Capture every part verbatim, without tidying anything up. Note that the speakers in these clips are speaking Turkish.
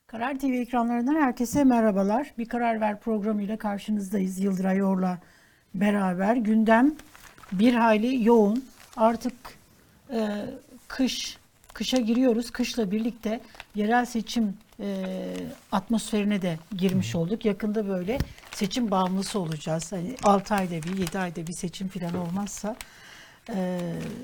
Karar T V ekranlarından herkese merhabalar. Bir Karar Ver programıyla karşınızdayız. Yıldıray Yor'la beraber. Gündem bir hayli yoğun. Artık e, kış, kışa giriyoruz. Kışla birlikte yerel seçim e, atmosferine de girmiş olduk. Yakında böyle seçim bağımlısı olacağız. Hani altı ayda bir, yedi ayda bir seçim falan olmazsa e,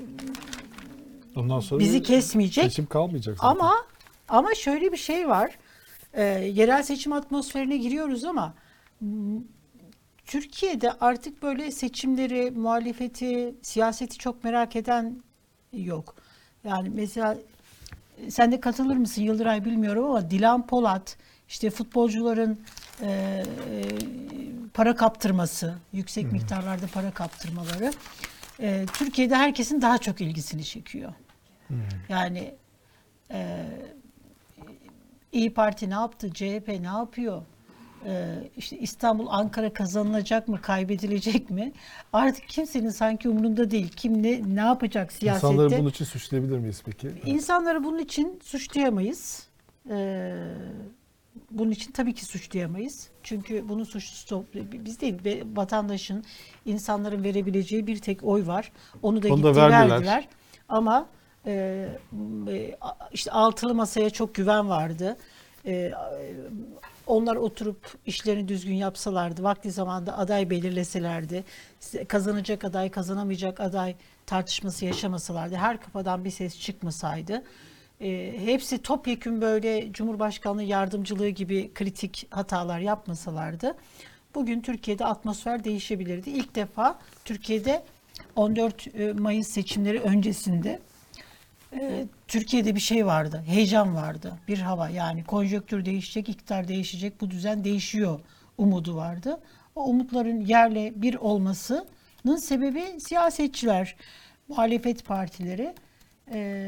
Ondan sonra bizi kesmeyecek. seçim kalmayacak zaten. Ama ama şöyle bir şey var. Ee, yerel seçim atmosferine giriyoruz ama m, Türkiye'de artık böyle seçimleri, muhalefeti, siyaseti çok merak eden yok. Yani mesela e, sen de katılır mısın Yıldıray bilmiyorum ama Dilan Polat, işte futbolcuların e, e, para kaptırması, yüksek miktarlarda para kaptırmaları e, Türkiye'de herkesin daha çok ilgisini çekiyor. Yani e, İyi Parti ne yaptı? C H P ne yapıyor? Ee, işte İstanbul, Ankara kazanılacak mı, kaybedilecek mi? Artık kimsenin sanki umurunda değil. Kim ne ne yapacak siyasette? İnsanları bunun için suçlayabilir miyiz peki? İnsanları bunun için suçlayamayız. Ee, bunun için tabii ki suçlayamayız. Çünkü bunun suçlusu biz değil, vatandaşın, insanların verebileceği bir tek oy var. Onu da Onu da gitti verdiler. verdiler. Ama e, işte altılı masaya çok güven vardı. E, onlar oturup işlerini düzgün yapsalardı, vakti zamanında aday belirleselerdi, kazanacak aday, kazanamayacak aday tartışması yaşamasalardı, her kafadan bir ses çıkmasaydı, e, hepsi topyekün böyle Cumhurbaşkanlığı yardımcılığı gibi kritik hatalar yapmasalardı, bugün Türkiye'de atmosfer değişebilirdi. İlk defa Türkiye'de on dört Mayıs seçimleri öncesinde e, Türkiye'de bir şey vardı, heyecan vardı, bir hava, yani konjonktür değişecek, iktidar değişecek, bu düzen değişiyor umudu vardı. O umutların yerle bir olmasının sebebi siyasetçiler, muhalefet partileri. E,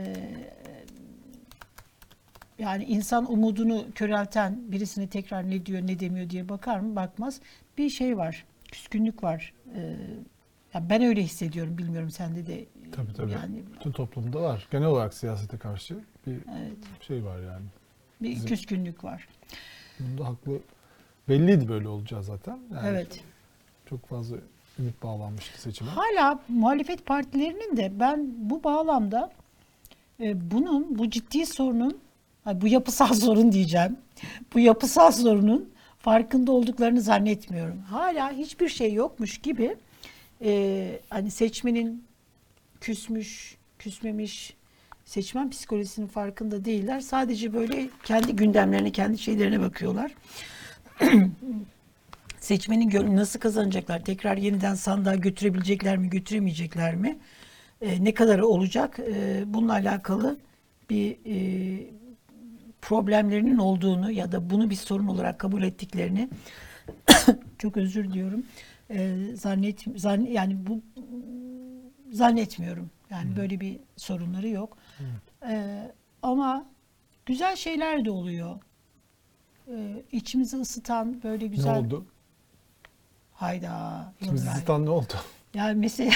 yani insan umudunu körelten birisine tekrar ne diyor ne demiyor diye bakar mı? Bakmaz. Bir şey var, küskünlük var. E, ya ben öyle hissediyorum, bilmiyorum sende de. Tabii tabii. Yani, bütün toplumda var. Genel olarak siyasete karşı bir evet, şey var yani. bir Bizim- küskünlük var. Bunda haklı. Belliydi böyle olacağı zaten. Yani Evet. çok fazla ümit bağlanmıştı seçime. Hala muhalefet partilerinin de ben bu bağlamda e, bunun, bu ciddi sorunun, ha, bu yapısal sorun diyeceğim, bu yapısal sorunun farkında olduklarını zannetmiyorum. Hala hiçbir şey yokmuş gibi e, hani seçmenin küsmüş, küsmemiş, seçmen psikolojisinin farkında değiller. Sadece böyle kendi gündemlerine, kendi şeylerine bakıyorlar. Seçmenin gönlünü nasıl kazanacaklar? Tekrar yeniden sandığa götürebilecekler mi, götüremeyecekler mi? E, ne kadarı olacak? E, bununla alakalı bir e, problemlerinin olduğunu ya da bunu bir sorun olarak kabul ettiklerini çok özür diliyorum. E, zannet zan, yani bu zannetmiyorum. Yani böyle bir sorunları yok. E, ama güzel şeyler de oluyor. E, içimizi ısıtan böyle güzel. Ne oldu? Hayda. İçimizi Yıldıray. ısıtan ne oldu? Yani mesela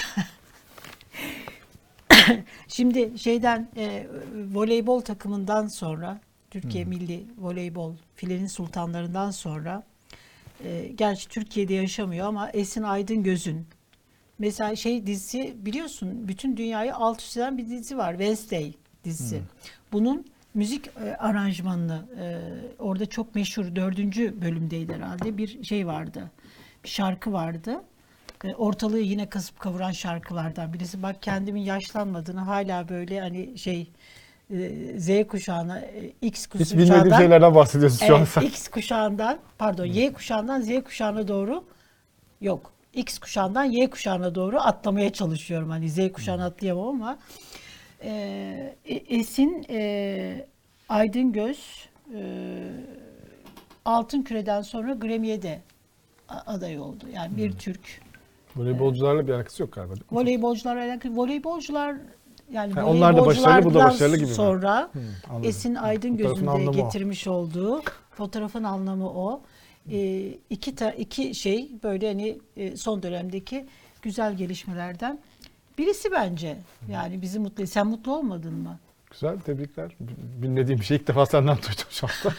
şimdi şeyden e, voleybol takımından sonra Türkiye Milli Voleybol filenin sultanlarından sonra e, gerçi Türkiye'de yaşamıyor ama Esin Aydın-Göz'ün mesela şey dizisi biliyorsun bütün dünyayı alt üst eden bir dizi var. Wednesday dizisi. Hmm. Bunun müzik e, aranjmanını e, orada çok meşhur dördüncü bölümdeydi herhalde bir şey vardı. Bir şarkı vardı. E, ortalığı yine kasıp kavuran şarkılardan birisi. Bak kendimin yaşlanmadığını hala böyle hani şey e, Z kuşağına e, X Hiç kuşağından bilmediğim şeylerden bahsediyorsun şu an evet, sen. X kuşağından pardon Y kuşağından Z kuşağına doğru yok. X kuşağından Y kuşağına doğru atlamaya çalışıyorum. Hani Z kuşağına atlayamam ama e, Esin e, Aydın-Göz e, Altın Küre'den sonra Grammy'ye de aday oldu. Yani bir Türk. Voleybolcularla bir alakası yok galiba. Değil mi? Voleybolcularla alakalı. Voleybolcular yani Ha, onlar da başarılı, bu da başarılı gibi mi? sonra Hı, anladım. Esin Fotoğrafın Aydın-Göz'ün de anlamı o. getirmiş olduğu fotoğrafın anlamı o. Ee, iki, ta, iki şey böyle hani e, son dönemdeki güzel gelişmelerden birisi bence. Yani bizi mutlu. Sen mutlu olmadın mı? Güzel, tebrikler. Bilmediğim bir şey ilk defa senden duydum şu anda.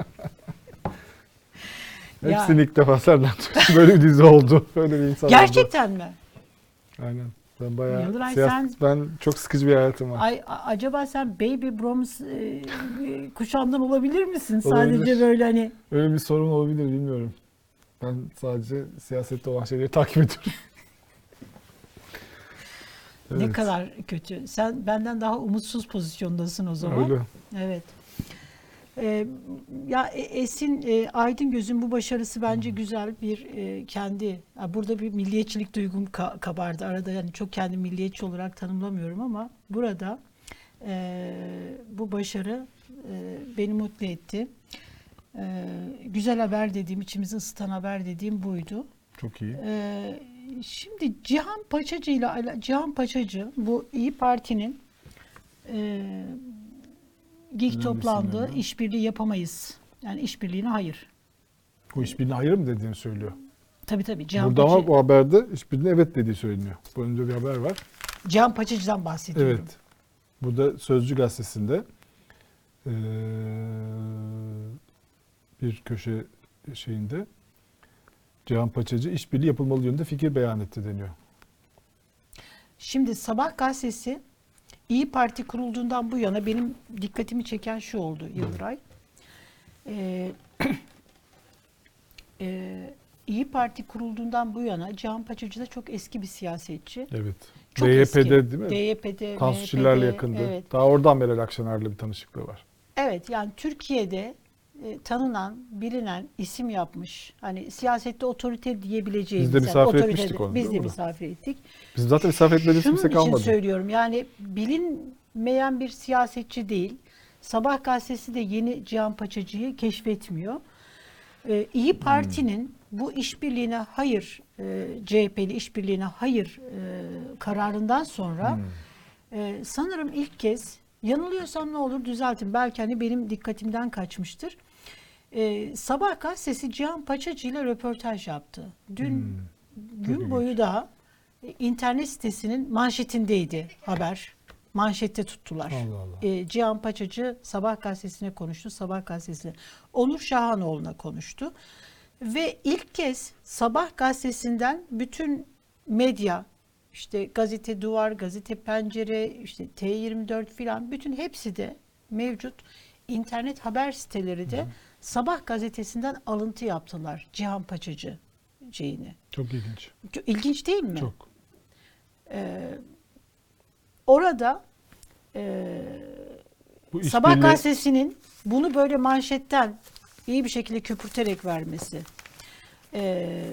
Ya- Hepsini ilk defa senden duydum. Böyle bir dizi oldu. Böyle bir insan oldu. Gerçekten mi? Aynen. Ben bayağı Yıldıray, siyaset, sen- ben çok sıkıcı bir hayatım var. Ay, a- acaba sen Baby Brooms e, kuşağından olabilir misin? Olabilir. Sadece böyle hani Öyle bir sorun olabilir, bilmiyorum. Ben sadece siyasette olan şeyleri takip ediyorum. ne Evet, kadar kötü. Sen benden daha umutsuz pozisyondasın o zaman. öyle. Evet. Ee, ya E- Esin e, Aydingöz'ün bu başarısı bence güzel bir e, kendi. Ha, burada bir milliyetçilik duygum ka- kabardı arada. Yani çok kendi milliyetçi olarak tanımlamıyorum ama burada e, bu başarı e, beni mutlu etti. E, güzel haber dediğim, içimizi ısıtan haber dediğim buydu. Çok iyi. Ee, şimdi Cihan Paçacı ile ala- Cihan Paçacı bu İyi Parti'nin e, GİK Önemli toplandığı isimlerinden. işbirliği yapamayız. Yani işbirliğine hayır. Bu işbirliğine hayır mı dediğini söylüyor. Tabii tabii Cihan, Burada Paçı, ama bu haberde işbirliğine evet dediği söyleniyor. Bu önünde bir haber var. Cihan Paçacı'dan bahsediyorum. Evet. Burada Sözcü gazetesinde eee, bir köşe şeyinde Cihan Paçacı işbirliği yapılmalı yönünde fikir beyan etti deniyor. Şimdi Sabah gazetesi İyi Parti kurulduğundan bu yana benim dikkatimi çeken şu oldu Yıldıray. Ee, e, İyi Parti kurulduğundan bu yana Cihan Paçacı da çok eski bir siyasetçi. Evet. Çok D Y eski. P'de değil mi? D Y P'de, Tansu M H P'de, Çiller'le yakındı. Evet. Daha oradan Meral Akşener'le bir tanışıklığı var. Evet, yani Türkiye'de e, tanınan, bilinen isim yapmış. Hani siyasette otorite diyebileceğimiz. Biz de yani misafir otorite- etmiştik onu, Biz değil de mi? misafir ettik. Bizim zaten misafir etmediğimiz Şunun kimse için kalmadı. söylüyorum, yani bilinmeyen bir siyasetçi değil. Sabah gazetesi de yeni Cihan Paçacı'yı keşfetmiyor. Ee, İyi Parti'nin bu işbirliğine hayır, e, C H P'li işbirliğine hayır e, kararından sonra e, sanırım ilk kez, yanılıyorsam ne olur düzeltin, belki hani benim dikkatimden kaçmıştır. E, Sabah gazetesi Cihan Paçacı ile röportaj yaptı. Dün gün ilginç. boyu da e, internet sitesinin manşetindeydi haber. Manşette tuttular. Allah Allah. E, Cihan Paçacı Sabah gazetesine konuştu. Sabah gazetesine. Onur Şahanoğlu'na konuştu. Ve ilk kez Sabah gazetesinden bütün medya, işte gazete Duvar, gazete Pencere, işte T yirmi dört filan, bütün hepsi de mevcut. İnternet haber siteleri de Sabah gazetesinden alıntı yaptılar Cihan Paçacı şeyini. Çok ilginç. Çok İlginç değil mi? Çok. Orada e, Bu Sabah işbirliği- gazetesinin bunu böyle manşetten iyi bir şekilde köpürterek vermesi. Ee,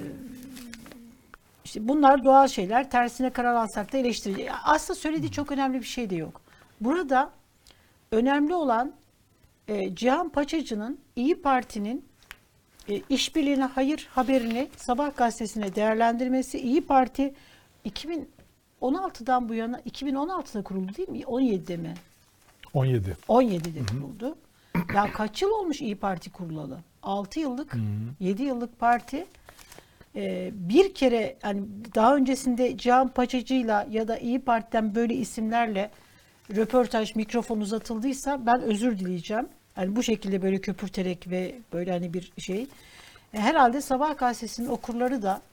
işte bunlar doğal şeyler. Tersine karar alsak da eleştiri. Aslında söylediği çok önemli bir şey de yok. Burada önemli olan e, Cihan Paçacı'nın İyi Parti'nin e, işbirliğine hayır haberini Sabah gazetesine değerlendirmesi. İyi Parti iki bin on altıdan bu yana, iki bin on altıda kuruldu değil mi? on yedide mi? on yedi. on yedide kuruldu. Ya kaç yıl olmuş İyi Parti kurulalı? altı yıllık, yedi yıllık parti. Ee, bir kere, hani daha öncesinde Cihan Paçacı'yla ya da İyi Parti'den böyle isimlerle röportaj, mikrofon uzatıldıysa ben özür dileyeceğim. Yani bu şekilde böyle köpürterek ve böyle hani bir şey. E, herhalde Sabah gazetesinin okurları da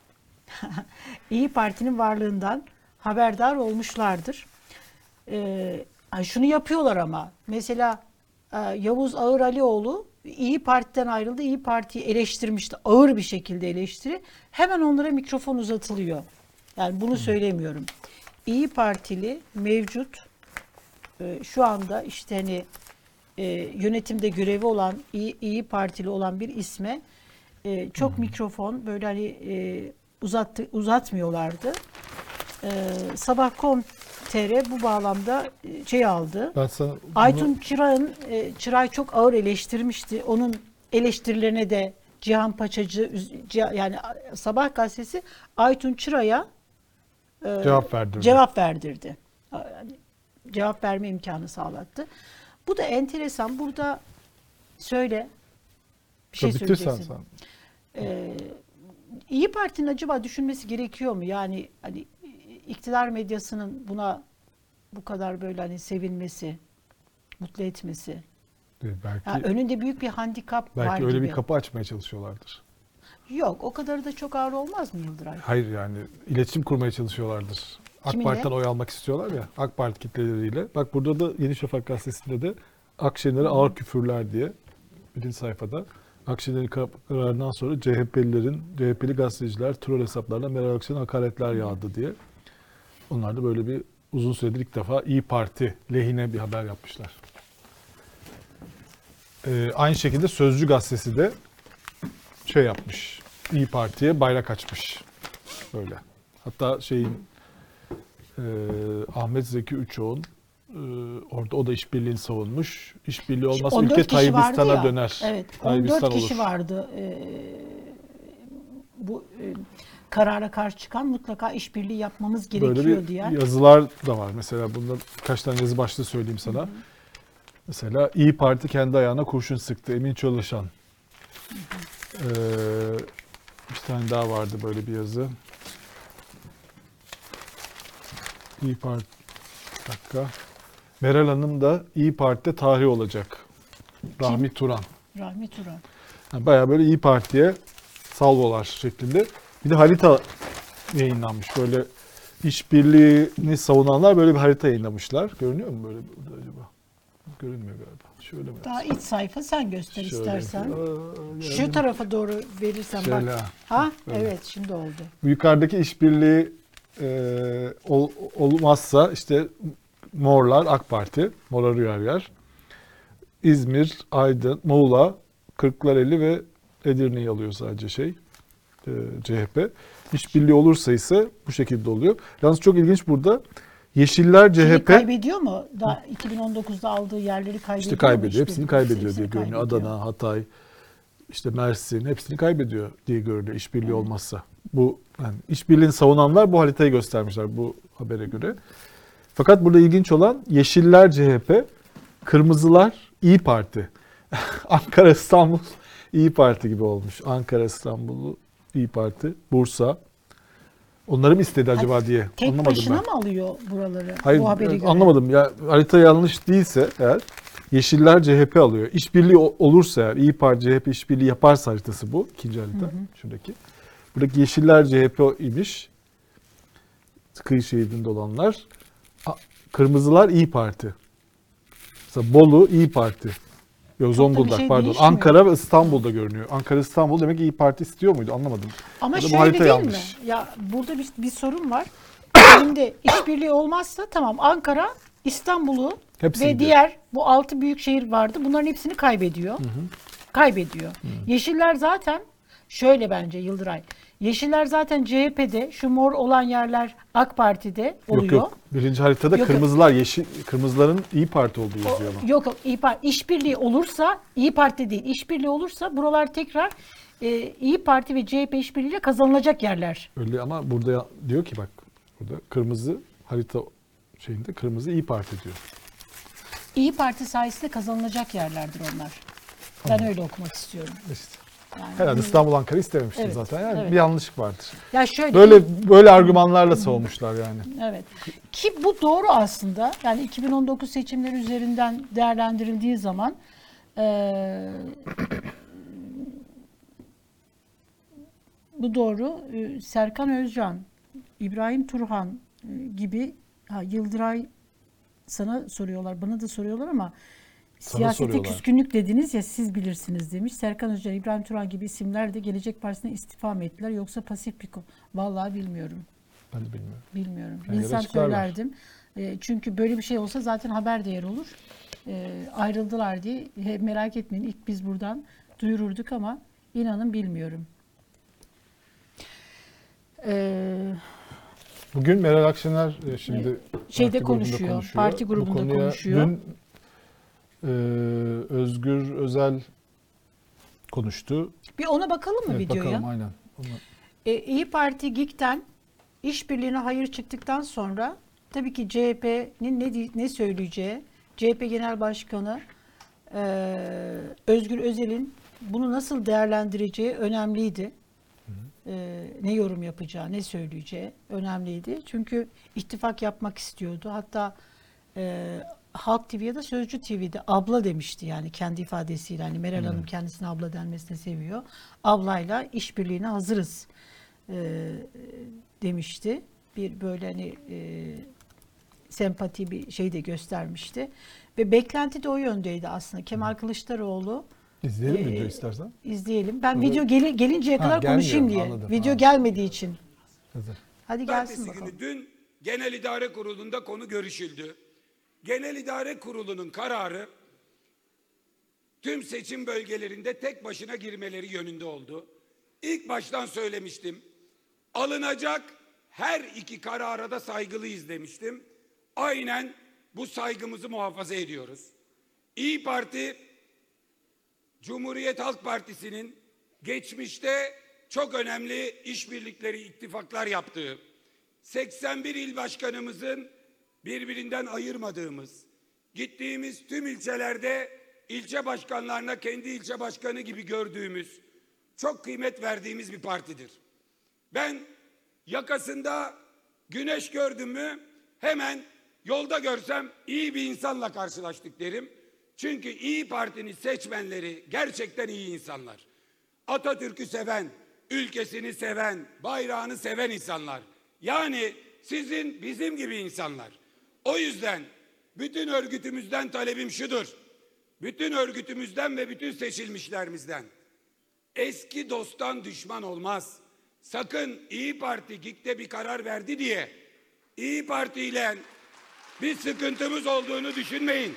İyi Parti'nin varlığından haberdar olmuşlardır. Ee, ay şunu yapıyorlar ama mesela e, Yavuz Ağır Alioğlu İyi Parti'den ayrıldı. İyi Parti'yi eleştirmişti. Ağır bir şekilde eleştiri. Hemen onlara mikrofon uzatılıyor. Yani bunu söylemiyorum. İyi Partili mevcut e, şu anda işte hani e, yönetimde görevi olan İyi, İyi Partili olan bir isme e, çok mikrofon böyle hani e, uzattı, uzatmıyorlardı. E, Sabah nokta com nokta T R bu bağlamda e, şey aldı. Ben sana bunu- Aytun Çıray'ın e, Çıray çok ağır eleştirmişti. Onun eleştirilerine de Cihan Paçacı üz- Ciha- yani Sabah gazetesi Aytun Çıray'a e, cevap verdirdi. cevap verdirdi. Yani cevap verme imkanı sağlattı. Bu da enteresan. Burada söyle bir şey Tabii bitir sen söyleyeceksin. sen. Ee, İyi Parti'nin acaba düşünmesi gerekiyor mu? Yani hani iktidar medyasının buna bu kadar böyle hani sevinmesi. mutlu etmesi. E, belki Yani önünde büyük bir handikap var belki öyle gibi. bir kapı açmaya çalışıyorlardır. Yok, o kadarı da çok ağır olmaz mı Yıldıray? Hayır, yani iletişim kurmaya çalışıyorlardır. AK Kiminle? Parti'den oy almak istiyorlar ya, AK Parti kitleleriyle. Bak burada da Yeni Şafak gazetesinde de Akşener'e ağır küfürler diye birinci sayfada. Akşener'in kararından sonra C H P'lilerin, C H P'li gazeteciler troll hesaplarla Meral Akşener'e hakaretler yağdı diye. Onlar da böyle bir uzun süredir ilk defa İyi Parti lehine bir haber yapmışlar. Ee, aynı şekilde Sözcü gazetesi de şey yapmış. İyi Parti'ye bayrak açmış. Böyle. Hatta şeyin e, Ahmet Zeki Üçoğlu'nun e, orada o da işbirliğini savunmuş. İşbirliği olmazsa on dört ülke kişi vardı Tayyibistan'a ya. döner. Evet, on Tayyibistan dört kişi olur. vardı. Ee, bu e, karara karşı çıkan, mutlaka işbirliği yapmamız Böyle gerekiyor bir diye. yazılar da var. Mesela bunda birkaç tane yazı başlığı söyleyeyim sana. Hı hı. Mesela İyi Parti kendi ayağına kurşun sıktı. Emin Çalışan. Ee, bir tane daha vardı böyle bir yazı. İyi Parti. Bir dakika. Meral Hanım da İyi Parti'de tarih olacak. Rahmi Turan. Rahmi Turan. Yani bayağı böyle İyi Parti'ye salvolar şeklinde. Bir de harita yayınlanmış. Böyle işbirliğini savunanlar böyle bir harita yayınlamışlar. Görünüyor mu böyle burada acaba? Görünmüyor galiba. Şöyle mi? Daha iç sayfa sen göster Şöyle. istersen. Aa, Şu geldim. tarafa doğru verirsen Şöyle. bak. Ha? Böyle. Evet, şimdi oldu. Bu yukarıdaki işbirliği e, ol, olmazsa işte Morlar AK Parti, Mor arıyor her yer. İzmir, Aydın, Muğla, Kırklareli ve Edirne'yi alıyor sadece şey e, C H P. İşbirliği olursa ise bu şekilde oluyor. Yalnız çok ilginç burada. Yeşiller C H Şeyi P kaybediyor mu? Daha iki bin on dokuzda aldığı yerleri kaybediyor işte mu? kaybediyor. İşbirliği? Hepsini kaybediyor diye Hepsini görünüyor. kaybediyor. Adana, Hatay, işte Mersin hepsini kaybediyor diye görünüyor işbirliği Evet. olmazsa. Bu yani işbirliğini savunanlar bu haritayı göstermişler bu habere göre. Fakat burada ilginç olan Yeşiller C H P, Kırmızılar İyi Parti. Ankara, İstanbul İyi Parti gibi olmuş. Ankara, İstanbul İyi Parti, Bursa. Onları mı istedi acaba Hayır, diye Tek anlamadım başına ben. mı alıyor buraları? Hayır, bu haberi e, göre? anlamadım. Ya harita yanlış değilse eğer Yeşiller C H P alıyor. İşbirliği o- olursa eğer İyi Parti C H P işbirliği yaparsa haritası bu. İkinci harita. Hı hı. Şuradaki. Buradaki Yeşiller C H P imiş. Kıyı şeridinde olanlar. A- Kırmızılar İyi Parti. Mesela Bolu İyi Parti. Yok, da Zonguldak bir şey pardon. değişmiyor. Ankara ve İstanbul'da görünüyor. Ankara İstanbul demek ki İyi Parti istiyor muydu? Anlamadım. Ama Ya da bu şöyle harita değil yanlış. mi? Ya burada bir, bir sorun var. Şimdi işbirliği olmazsa tamam, Ankara, İstanbul'u Hepsi ve gidiyor. diğer bu altı büyük şehir vardı. Bunların hepsini kaybediyor. Kaybediyor. Yeşiller zaten şöyle bence Yıldıray. Yeşiller zaten C H P'de, şu mor olan yerler AK Parti'de oluyor. Yok yok. Birinci haritada Yok, yok. kırmızılar yeşil kırmızıların İyi Parti olduğu O- yazıyor ama. yok yok, İyi Parti işbirliği olursa, İyi Parti değil, işbirliği olursa buralar tekrar e, İyi Parti ve C H P işbirliğiyle kazanılacak yerler. Öyle ama burada ya- diyor ki bak burada kırmızı harita şeyinde kırmızı İyi Parti diyor. İyi Parti sayesinde kazanılacak yerlerdir onlar. Ben öyle okumak istiyorum. İşte. Yani Herhalde İstanbul Ankara istememiştir Evet, zaten. Yani evet. bir yanlışlık vardır. ya şöyle Böyle böyle argümanlarla savunmuşlar yani. evet. Ki bu doğru aslında. Yani iki bin on dokuz seçimleri üzerinden değerlendirildiği zaman eee, bu doğru. Ee, Serkan Özcan, İbrahim Turhan e, gibi, ha, Yıldıray sana soruyorlar, bana da soruyorlar ama Sana siyasete soruyorlar. küskünlük dediniz ya, siz bilirsiniz demiş. Serkan Özcan, İbrahim Turhan gibi isimler de Gelecek Partisi'ne istifa mı ettiler yoksa pasif bir ko- Vallahi bilmiyorum. Ben de bilmiyorum. Bilmiyorum. Yani Bilsem açıklarlar. söylerdim. E, çünkü böyle bir şey olsa zaten haber değeri olur. E, ayrıldılar diye he, merak etmeyin, ilk biz buradan duyururduk ama inanın bilmiyorum. E, Bugün Meral Akşener e, şimdi Şeyde parti grubunda konuşuyor, parti Bu grubunda konuya konuşuyor. Dün e, Özgür Özel konuştu. Bir ona bakalım mı Evet, videoya? bakalım aynen. Ona- E, İyi Parti GİK'ten işbirliğine hayır çıktıktan sonra tabii ki C H P'nin ne di- ne söyleyeceği, C H P Genel Başkanı e, Özgür Özel'in bunu nasıl değerlendireceği önemliydi. E, ne yorum yapacağı, ne söyleyeceği önemliydi. Çünkü ittifak yapmak istiyordu. Hatta e, Halk T V ya da Sözcü T V'de abla demişti, yani kendi ifadesiyle. Hani Meral Hanım kendisine abla denmesini seviyor. Ablayla işbirliğine hazırız e, demişti. Bir böyle hani e, sempati bir şey de göstermişti. Ve beklenti de o yöndeydi aslında. Kemal Kılıçdaroğlu İzleyelim Ee, video istersen. izleyelim. Ben Burada- video geli- gelinceye Ha, kadar gelmiyor, konuşayım diye. anladım. Video Ha. gelmediği için. Hazır. Hadi gelsin Ertesi bakalım. günü dün Genel İdare Kurulu'nda konu görüşüldü. Genel İdare Kurulu'nun kararı tüm seçim bölgelerinde tek başına girmeleri yönünde oldu. İlk baştan söylemiştim. Alınacak her iki karara da saygılıyız demiştim. Aynen bu saygımızı muhafaza ediyoruz. İyi Parti, Cumhuriyet Halk Partisi'nin geçmişte çok önemli işbirlikleri, ittifaklar yaptığı, seksen bir il başkanımızın birbirinden ayırmadığımız, gittiğimiz tüm ilçelerde ilçe başkanlarına kendi ilçe başkanı gibi gördüğümüz, çok kıymet verdiğimiz bir partidir. Ben yakasında güneş gördüm mü hemen yolda görsem iyi bir insanla karşılaştık derim. Çünkü İyi Parti'nin seçmenleri gerçekten iyi insanlar. Atatürk'ü seven, ülkesini seven, bayrağını seven insanlar. Yani sizin bizim gibi insanlar. O yüzden bütün örgütümüzden talebim şudur. Bütün örgütümüzden ve bütün seçilmişlerimizden. Eski dosttan düşman olmaz. Sakın İyi Parti GİK'te bir karar verdi diye İyi Parti ile bir sıkıntımız olduğunu düşünmeyin.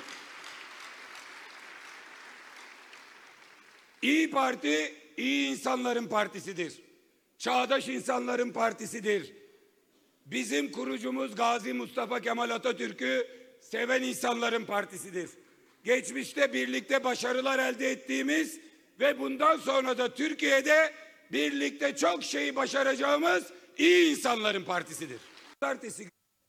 İyi Parti iyi insanların partisidir. Çağdaş insanların partisidir. Bizim kurucumuz Gazi Mustafa Kemal Atatürk'ü seven insanların partisidir. Geçmişte birlikte başarılar elde ettiğimiz ve bundan sonra da Türkiye'de birlikte çok şeyi başaracağımız iyi insanların partisidir. Partisi.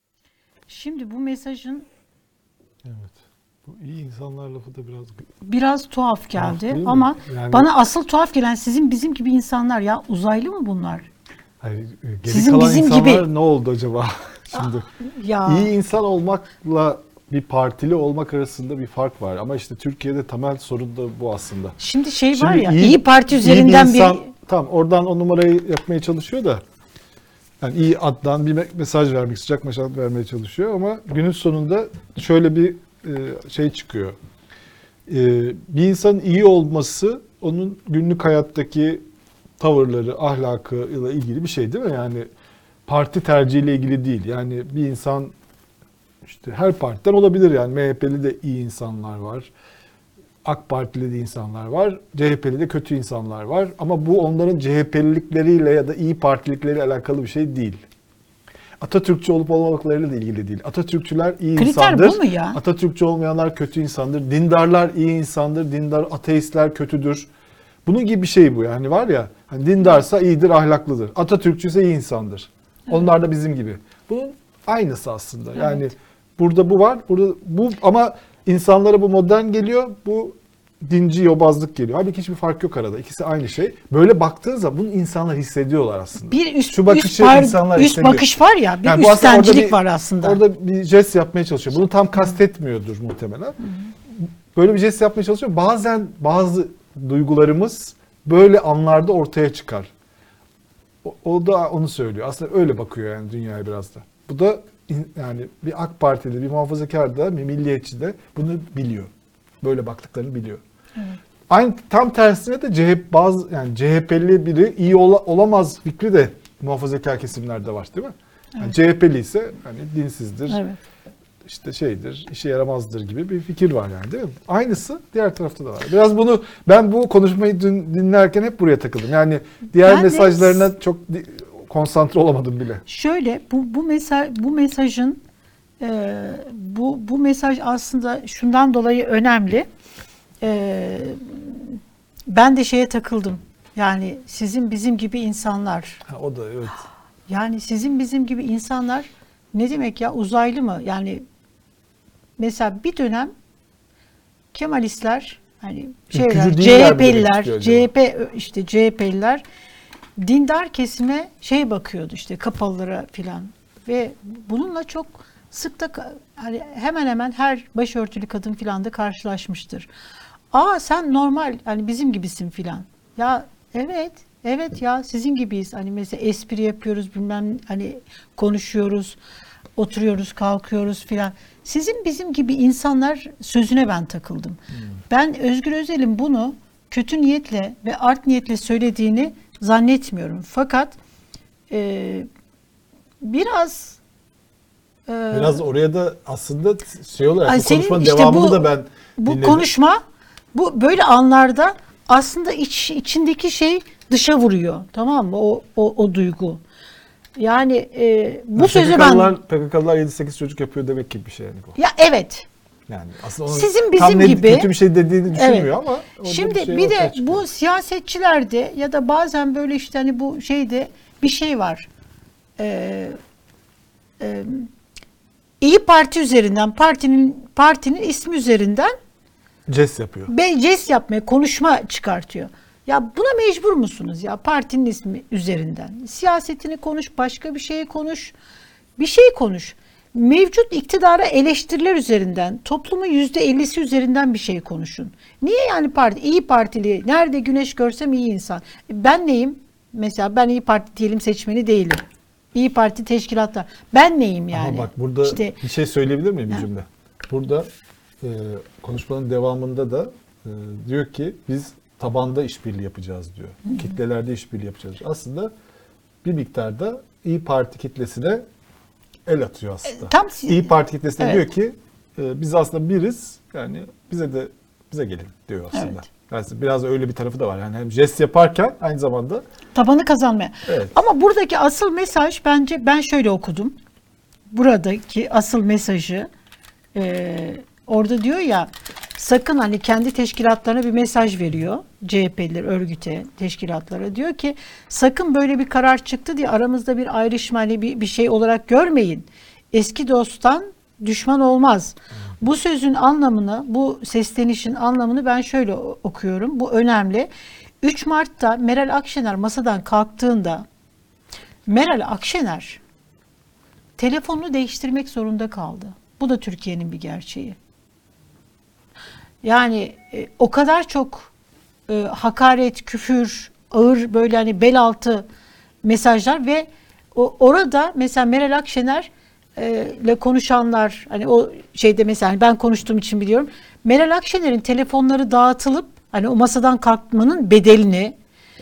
Şimdi bu mesajın Evet. Bu iyi insanlar lafı da biraz biraz tuhaf Tuhaf geldi değil mi? ama Yani- bana asıl tuhaf gelen sizin bizim gibi insanlar, ya uzaylı mı bunlar? Hayır, e, geri Sizin kalan bizim insanlar gibi- ne oldu acaba? Şimdi Ya iyi insan olmakla bir partili olmak arasında bir fark var. Ama işte Türkiye'de temel sorun da bu aslında. şimdi şey Şimdi var ya, iyi- İyi Parti iyi üzerinden bir, insan, tam oradan o numarayı yapmaya çalışıyor da yani iyi addan bir me- mesaj vermek, sıcak mesaj vermeye çalışıyor ama günün sonunda şöyle bir e, şey çıkıyor. E, bir insanın iyi olması onun günlük hayattaki tavırları, ahlakıyla ilgili bir şey değil mi? Yani parti tercihiyle ilgili değil. Yani bir insan işte her partiden olabilir, yani M H P'li de iyi insanlar var. AK Partili de insanlar var. C H P'li de kötü insanlar var. Ama bu onların C H P'lilikleriyle ya da İyi Partilikleriyle alakalı bir şey değil. Atatürkçü olup olmamaklarıyla da ilgili değil. Atatürkçüler iyi Kriter insandır. bu mu ya? Atatürkçü olmayanlar kötü insandır. Dindarlar iyi insandır. Dindar ateistler kötüdür. Bunun gibi bir şey bu yani, var ya. Hani dindarsa iyidir, ahlaklıdır. Atatürkçüyse iyi insandır. Onlar da bizim gibi. Bunun aynısı aslında. Yani Evet. burada bu var. Burada bu, ama insanlara bu modern geliyor. Bu dinci yobazlık geliyor. Halbuki hiçbir fark yok arada. İkisi aynı şey. Böyle baktığın zaman bunu insanlar hissediyorlar aslında. bir üst, Şu bakışı üst, par- insanlar üst hissediyor. bakış var ya, bir Yani bu aslında orada üsttencilik bir- var aslında. Orada bir jest yapmaya çalışıyor. Bunu tam kastetmiyordur muhtemelen. Böyle bir jest yapmaya çalışıyor. Bazen bazı duygularımız böyle anlarda ortaya çıkar. O, o da onu söylüyor. Aslında öyle bakıyor yani dünyaya biraz da. Bu da in- yani bir AK Partili, bir muhafazakar da, bir milliyetçi de bunu biliyor. Böyle baktıklarını biliyor. Aynı tam tersine de C H P bazı yani C H P'li biri iyi ola- olamaz fikri de muhafazakar kesimlerde var değil mi? Yani C H P'li ise hani dinsizdir, Evet. işte şeydir, işe yaramazdır gibi bir fikir var yani değil mi? Aynısı diğer tarafta da var. Biraz bunu ben bu konuşmayı dün dinlerken hep buraya takıldım. Yani diğer Ben de- mesajlarına çok di- konsantre olamadım bile. Şöyle bu bu mesaj bu mesajın e, bu bu mesaj aslında şundan dolayı önemli. E, ben de şeye takıldım. Yani sizin bizim gibi insanlar. Ha, o da evet. Yani sizin bizim gibi insanlar ne demek ya, uzaylı mı? Yani mesela bir dönem Kemalistler, hani şeyler, Ülkücü değiller mi demek C H P'liler, istiyor acaba? C H P işte C H P'liler dindar kesime şey bakıyordu, işte kapalılara filan ve bununla çok sık da ka- hani hemen hemen her başörtülü kadın filan da karşılaşmıştır. Aa sen normal hani bizim gibisin filan. Ya evet, evet ya sizin gibiyiz. Hani mesela espri yapıyoruz bilmem hani konuşuyoruz, oturuyoruz, kalkıyoruz filan. Sizin bizim gibi insanlar sözüne ben takıldım. Ben Özgür Özel'in bunu kötü niyetle ve art niyetle söylediğini zannetmiyorum. Fakat e, biraz e, Biraz oraya da aslında şey olarak Ay bu senin konuşmanın işte devamını bu- da ben bu dinledim. konuşma bu böyle anlarda aslında iç içindeki şey dışa vuruyor. Tamam mı? O o, o duygu. Yani e, bu Yani sözü PKK'lılar, ben P K K'lılar yedi sekiz çocuk yapıyor demek gibi bir şey yani bu. ya evet. Yani aslında onun Sizin tam bizim ne, gibi- kötü bir şey dediğini düşünmüyor Evet. ama orada Şimdi bir, şey bir ortaya de çıkıyor. bu siyasetçilerde ya da bazen böyle işte hani bu şeyde bir şey var. Ee, e, İyi Parti üzerinden partinin partinin ismi üzerinden Ces yapıyor. Becez yapmaya, konuşma çıkartıyor. Ya buna mecbur musunuz ya partinin ismi üzerinden? Siyasetini konuş, başka bir şeyi konuş, bir şey konuş. Mevcut iktidara eleştiriler üzerinden, toplumun yüzde ellisi üzerinden bir şey konuşun. Niye yani parti, İyi Partili, nerede güneş görsem iyi insan. Ben neyim? Mesela ben İyi Parti diyelim seçmeni değilim. İyi Parti teşkilatlar. Ben neyim yani? Ama bak burada İşte bir şey söyleyebilir miyim bir Ha. cümle? Burada e, konuşmanın devamında da e, diyor ki biz tabanda işbirliği yapacağız diyor. Hı hı. Kitlelerde işbirliği yapacağız. Aslında bir miktarda İyi Parti kitlesine el atıyor aslında. E, tam- İyi Parti kitlesine Evet. diyor ki e, biz aslında biriz. Yani bize de bize gelin diyor aslında. Evet. Yani biraz öyle bir tarafı da var. Yani hem jest yaparken aynı zamanda tabanı kazanmaya. Evet. Ama buradaki asıl mesaj bence ben şöyle okudum. Buradaki asıl mesajı e, orada diyor ya sakın hani kendi teşkilatlarına bir mesaj veriyor. C H P'liler örgüte, teşkilatlara diyor ki sakın böyle bir karar çıktı diye aramızda bir ayrışma hani bir, bir şey olarak görmeyin. Eski dosttan düşman olmaz. Bu sözün anlamını, bu seslenişin anlamını ben şöyle o- okuyorum. Bu önemli. üç Mart'ta Meral Akşener masadan kalktığında Meral Akşener telefonunu değiştirmek zorunda kaldı. Bu da Türkiye'nin bir gerçeği. Yani e, o kadar çok e, hakaret, küfür, ağır böyle hani bel altı mesajlar ve o, orada mesela Meral Akşener e, ile konuşanlar hani o şeyde mesela hani ben konuştuğum için biliyorum. Meral Akşener'in telefonları dağıtılıp hani o masadan kalkmanın bedelini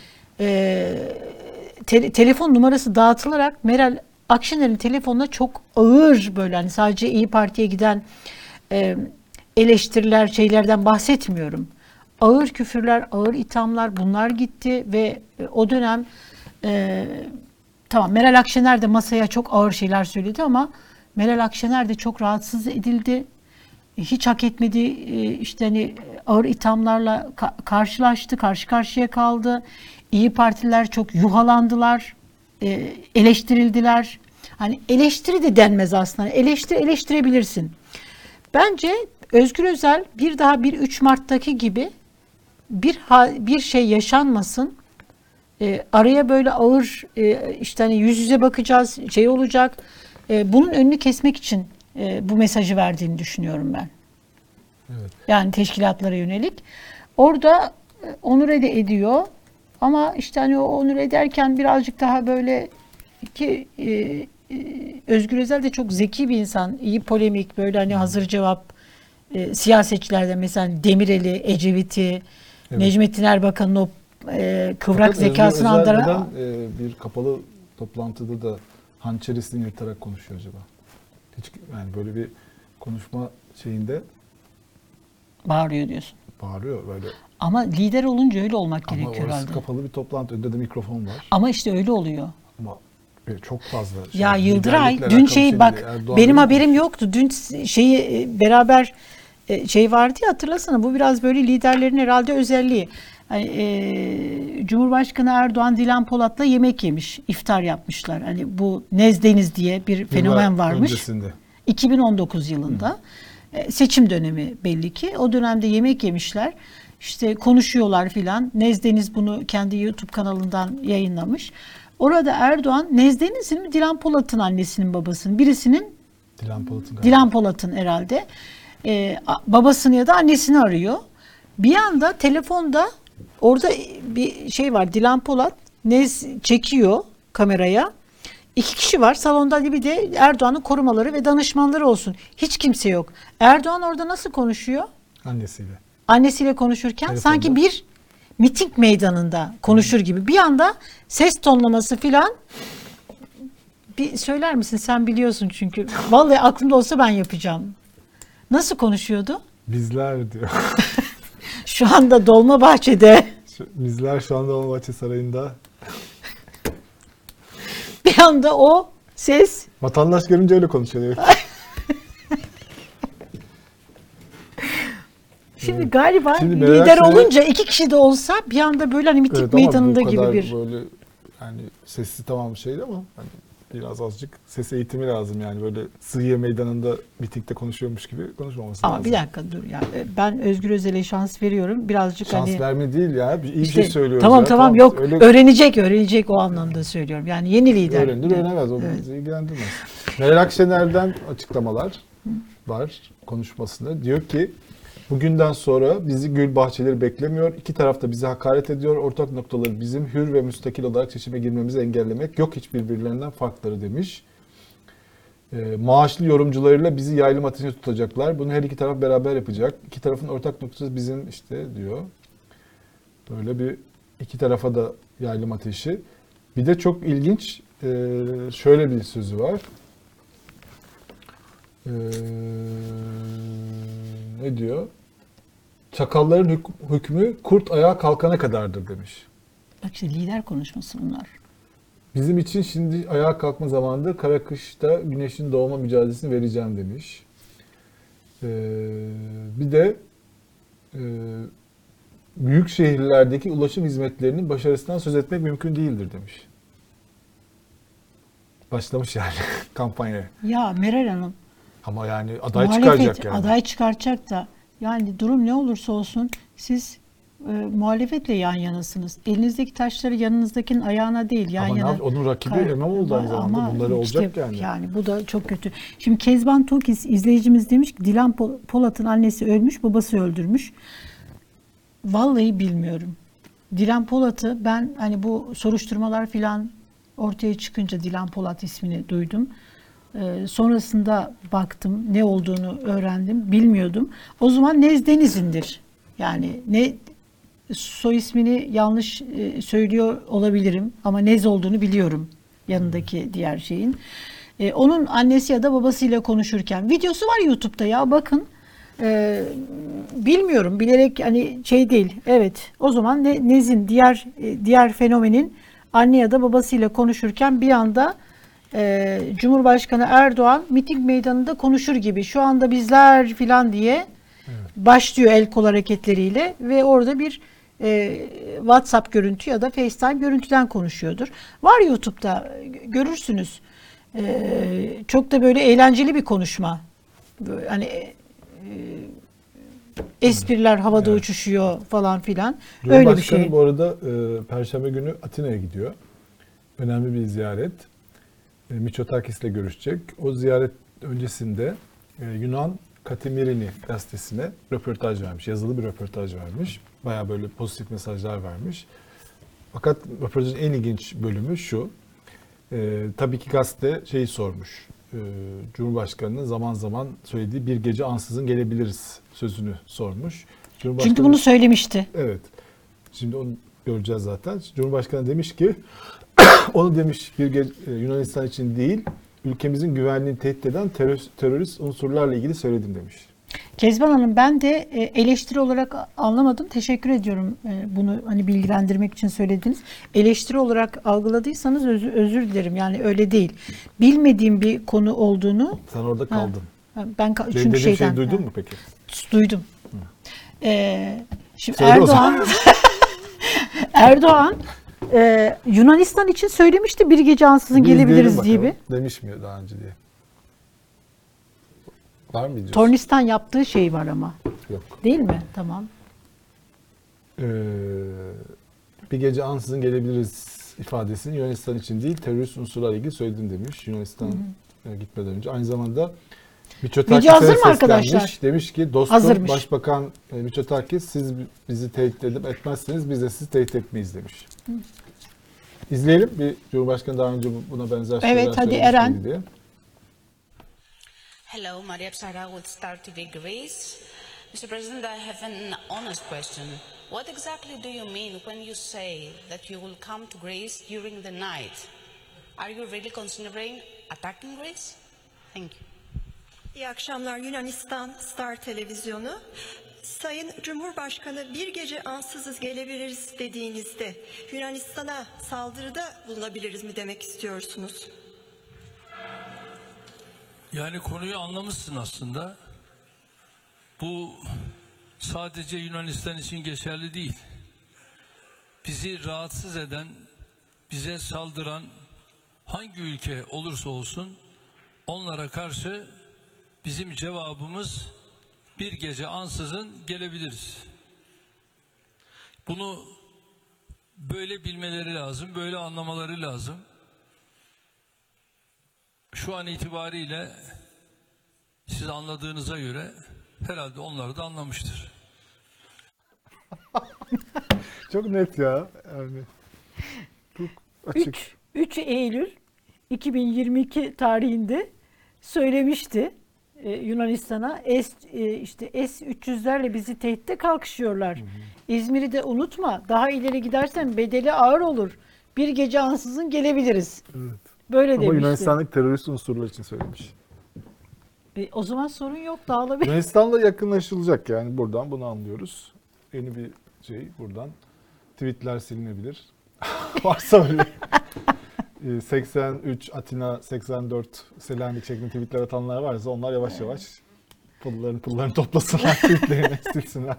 e, te- telefon numarası dağıtılarak Meral Akşener'in telefonuna çok ağır böyle hani sadece İyi Parti'ye giden e, eleştiriler şeylerden bahsetmiyorum. Ağır küfürler, ağır ithamlar bunlar gitti ve e, o dönem e, tamam Meral Akşener de masaya çok ağır şeyler söyledi ama Meral Akşener de çok rahatsız edildi. Hiç hak etmediği e, işte hani ağır ithamlarla ka- karşılaştı, karşı karşıya kaldı. İyi Partililer çok yuhalandılar, e, eleştirildiler. Hani eleştiri de denmez aslında. Eleştiri eleştirebilirsin. Bence Özgür Özel bir daha bir üç Mart'taki gibi bir ha- bir şey yaşanmasın. E, araya böyle ağır e, işte hani yüz yüze bakacağız şey olacak. E, bunun önünü kesmek için e, bu mesajı verdiğini düşünüyorum ben. evet. Yani teşkilatlara yönelik. Orada e, onur ede ediyor. Ama işte hani o onur ederken birazcık daha böyle ki e, e, Özgür Özel de çok zeki bir insan. İyi polemik böyle hani hazır cevap e, siyasetçilerden mesela Demirel'i, Ecevit'i, Evet. Necmettin Erbakan'ın o e, kıvrak Fakat Özgür zekasını Özel andıran neden e, bir kapalı toplantıda da hançerisini yırtarak konuşuyor acaba? Hiç yani böyle bir konuşma şeyinde bağırıyor diyorsun. bağırıyor böyle. Ama lider olunca öyle olmak Ama gerekiyor orası herhalde. kapalı bir toplantı. Önünde de mikrofon var. Ama işte öyle oluyor. Ama çok fazla şey, Ya Yıldıray liderlikle dün alakalı şey şey bak değil. Erdoğan benim değil haberim mi? yoktu. Dün şeyi e, beraber e, şey vardı ya hatırlasana bu biraz böyle liderlerin herhalde özelliği. Yani, e, Cumhurbaşkanı Erdoğan Dilan Polat'la yemek yemiş. İftar yapmışlar. Hani bu Nezdeniz diye bir fenomen Yıllar varmış. öncesinde. iki bin on dokuz yılında. E, seçim dönemi belli ki. O dönemde yemek yemişler. İşte konuşuyorlar filan. Nezdeniz bunu kendi YouTube kanalından yayınlamış. Orada Erdoğan Nezdeniz'in mi Dilan Polat'ın annesinin babasının birisinin Dilan Polat'ın galiba. Dilan Polat'ın herhalde. Ee, a- babasını ya da annesini arıyor. Bir anda telefonda orada bir şey var. Dilan Polat Nez çekiyor kameraya. İki kişi var. Salonda bir de Erdoğan'ın korumaları ve danışmanları olsun. Hiç kimse yok. Erdoğan orada nasıl konuşuyor? Annesiyle. Annesiyle konuşurken Telefonda. sanki bir miting meydanında konuşur gibi. Bir anda ses tonlaması filan. Bir söyler misin? Sen biliyorsun çünkü. Vallahi aklımda olsa ben yapacağım. Nasıl konuşuyordu? Bizler diyor. Şu anda Dolmabahçe'de Şu- Bizler şu anda Dolmabahçe Sarayı'nda. bir anda o ses Vatandaş görünce öyle konuşuyor. şimdi galiba Şimdi Meral lider Akşener- olunca iki kişi de olsa bir anda böyle hani miting Evet ama meydanında bu kadar gibi bir. böyle yani sesli tamam şeydi ama hani biraz azıcık ses eğitimi lazım yani böyle Sıhhiye Meydanı'nda mitingde konuşuyormuş gibi konuşmaması Ama lazım. bir dakika dur ya. Ben Özgür Özel'e şans veriyorum. Birazcık Şans hani verme değil ya. Bir, iyi bir işte, şey söylüyoruz. tamam ya. tamam yok Öyle öğrenecek öğrenecek o anlamda söylüyorum. Yani yeni lider. öğrenir öğrenemez. O Evet. bizi ilgilendirmez. Meral Akşener'den açıklamalar var konuşmasında. Diyor ki bugünden sonra bizi gül bahçeleri beklemiyor. İki taraf da bizi hakaret ediyor. Ortak noktaları bizim hür ve müstakil olarak seçime girmemizi engellemek. Yok hiç birbirlerinden farkları demiş. E, maaşlı yorumcularıyla bizi yaylım ateşine tutacaklar. Bunu her iki taraf beraber yapacak. İki tarafın ortak noktası bizim işte diyor. Böyle bir iki tarafa da yaylım ateşi. Bir de çok ilginç e, şöyle bir sözü var. E, ne diyor? Çakalların hük- hükmü kurt ayağa kalkana kadardır demiş. Bak işte lider konuşması bunlar. Bizim için şimdi ayağa kalkma zamanıdır. Kara kışta güneşin doğma mücadelesini vereceğim demiş. Ee, bir de e, büyük şehirlerdeki ulaşım hizmetlerinin başarısından söz etmek mümkün değildir demiş. Başlamış yani kampanyaya. Ya Meral Hanım Ama yani aday muhalefet çıkaracak yani. aday çıkaracak da yani durum ne olursa olsun siz e, muhalefetle yan yanasınız. Elinizdeki taşları yanınızdakinin ayağına değil yan Ama ne yana. yap- onun rakibi Kay- İmamoğlu aynı zamanda. Ama Bunları olacak işte yani. Yani bu da çok kötü. Şimdi Kezban Tokis izleyicimiz demiş ki Dilan Pol- Polat'ın annesi ölmüş, babası öldürmüş. Vallahi bilmiyorum. Dilan Polat'ı ben hani bu soruşturmalar filan ortaya çıkınca Dilan Polat ismini duydum. Ee, sonrasında baktım ne olduğunu öğrendim. Bilmiyordum. O zaman Nez Deniz'indir. Yani ne soy ismini yanlış e, söylüyor olabilirim ama Nez olduğunu biliyorum yanındaki diğer şeyin. E, onun annesi ya da babasıyla konuşurken videosu var YouTube'da ya bakın. E, bilmiyorum bilerek hani şey değil. Evet o zaman ne, Nez'in diğer e, diğer fenomenin anne ya da babasıyla konuşurken bir anda e, Cumhurbaşkanı Erdoğan miting meydanında konuşur gibi şu anda bizler filan diye başlıyor el kol hareketleriyle ve orada bir e, WhatsApp görüntü ya da FaceTime görüntüden konuşuyordur. Var YouTube'da görürsünüz. E, çok da böyle eğlenceli bir konuşma. Böyle hani e, espriler havada Evet. uçuşuyor falan filan. Öyle bir Cumhurbaşkanı şey. bu arada e, Perşembe günü Atina'ya gidiyor. Önemli bir ziyaret. E, Mitsotakis'le görüşecek. O ziyaret öncesinde e, Yunan Katemirini gazetesine röportaj vermiş. Yazılı bir röportaj vermiş. Bayağı böyle pozitif mesajlar vermiş. Fakat röportajın en ilginç bölümü şu. E, tabii ki gazete şeyi sormuş. E, Cumhurbaşkanı'nın zaman zaman söylediği bir gece ansızın gelebiliriz sözünü sormuş. Çünkü bunu söylemişti. Evet. Şimdi onu göreceğiz zaten. Cumhurbaşkanı demiş ki onu demiş bir ge- e, Yunanistan için değil ülkemizin güvenliğini tehdit eden terörist, terörist unsurlarla ilgili söyledim demiş. Kezban Hanım ben de e, eleştiri olarak anlamadım. Teşekkür ediyorum e, bunu hani bilgilendirmek için söylediniz. Eleştiri olarak algıladıysanız özür, özür dilerim. Yani öyle değil. Bilmediğim bir konu olduğunu Sen orada kaldın. ha, ben ka- Benim çünkü dediğim şeyden şeyi duydun ha, mu peki? duydum. Ee, şimdi Söyle o zaman. Erdoğan Erdoğan e, Yunanistan için söylemişti bir gece ansızın Bir gelebiliriz izleyelim diye bir. bakalım. Demiş mi daha önce diye. Var mı diyorsun? Tornistan yaptığı şey var ama. Yok. Değil mi? Tamam. Ee, bir gece ansızın gelebiliriz ifadesini Yunanistan için değil terörist unsurlarla ilgili söyledim demiş. Yunanistan e, gitmeden önce. Aynı zamanda Video Mitsotakis'e hazır mı seslenmiş. arkadaşlar? Demiş ki dostum Hazırmış. Başbakan e, Mitsotakis siz bizi tehdit edip etmezseniz biz de sizi tehdit etmeyiz demiş. İzleyelim. Bir Cumhurbaşkanı daha önce buna benzer şeyler Evet, hadi söylemiş Eren. miydi diye. Hello, Maria Psara with Star T V Greece. mister President, I have an honest question. What exactly do you mean when you say that you will come to Greece during the night? Are you really considering attacking Greece? Thank you. İyi akşamlar, Yunanistan Star Televizyonu. Sayın Cumhurbaşkanı, bir gece ansızız gelebiliriz dediğinizde Yunanistan'a saldırıda bulunabiliriz mi demek istiyorsunuz? Yani konuyu anlamışsın aslında. Bu sadece Yunanistan için geçerli değil. Bizi rahatsız eden, bize saldıran hangi ülke olursa olsun onlara karşı bizim cevabımız bir gece ansızın gelebiliriz. Bunu böyle bilmeleri lazım, böyle anlamaları lazım. Şu an itibariyle siz anladığınıza göre herhalde onlar da anlamıştır. Çok net ya. Yani çok açık. üç, üç Eylül iki bin yirmi iki tarihinde söylemişti e, Yunanistan'a S, e, işte S üç yüzlerle bizi tehditte kalkışıyorlar. Hı hı. İzmir'i de unutma. Daha ileri gidersen bedeli ağır olur. Bir gece ansızın gelebiliriz. Evet. Böyle Ama demişti. Yunanistan'daki terörist unsurlar için söylemiş. E, o zaman sorun yok, dağılabilir. Yunanistan'la yakınlaşılacak yani buradan bunu anlıyoruz. Yeni bir şey buradan. Tweetler silinebilir. Varsa öyle. seksen üç Atina, seksen dört Selanik şeklinde tweetler atanlar varsa onlar yavaş yavaş pullarını pullarını toplasınlar, tweetlerini silsinler.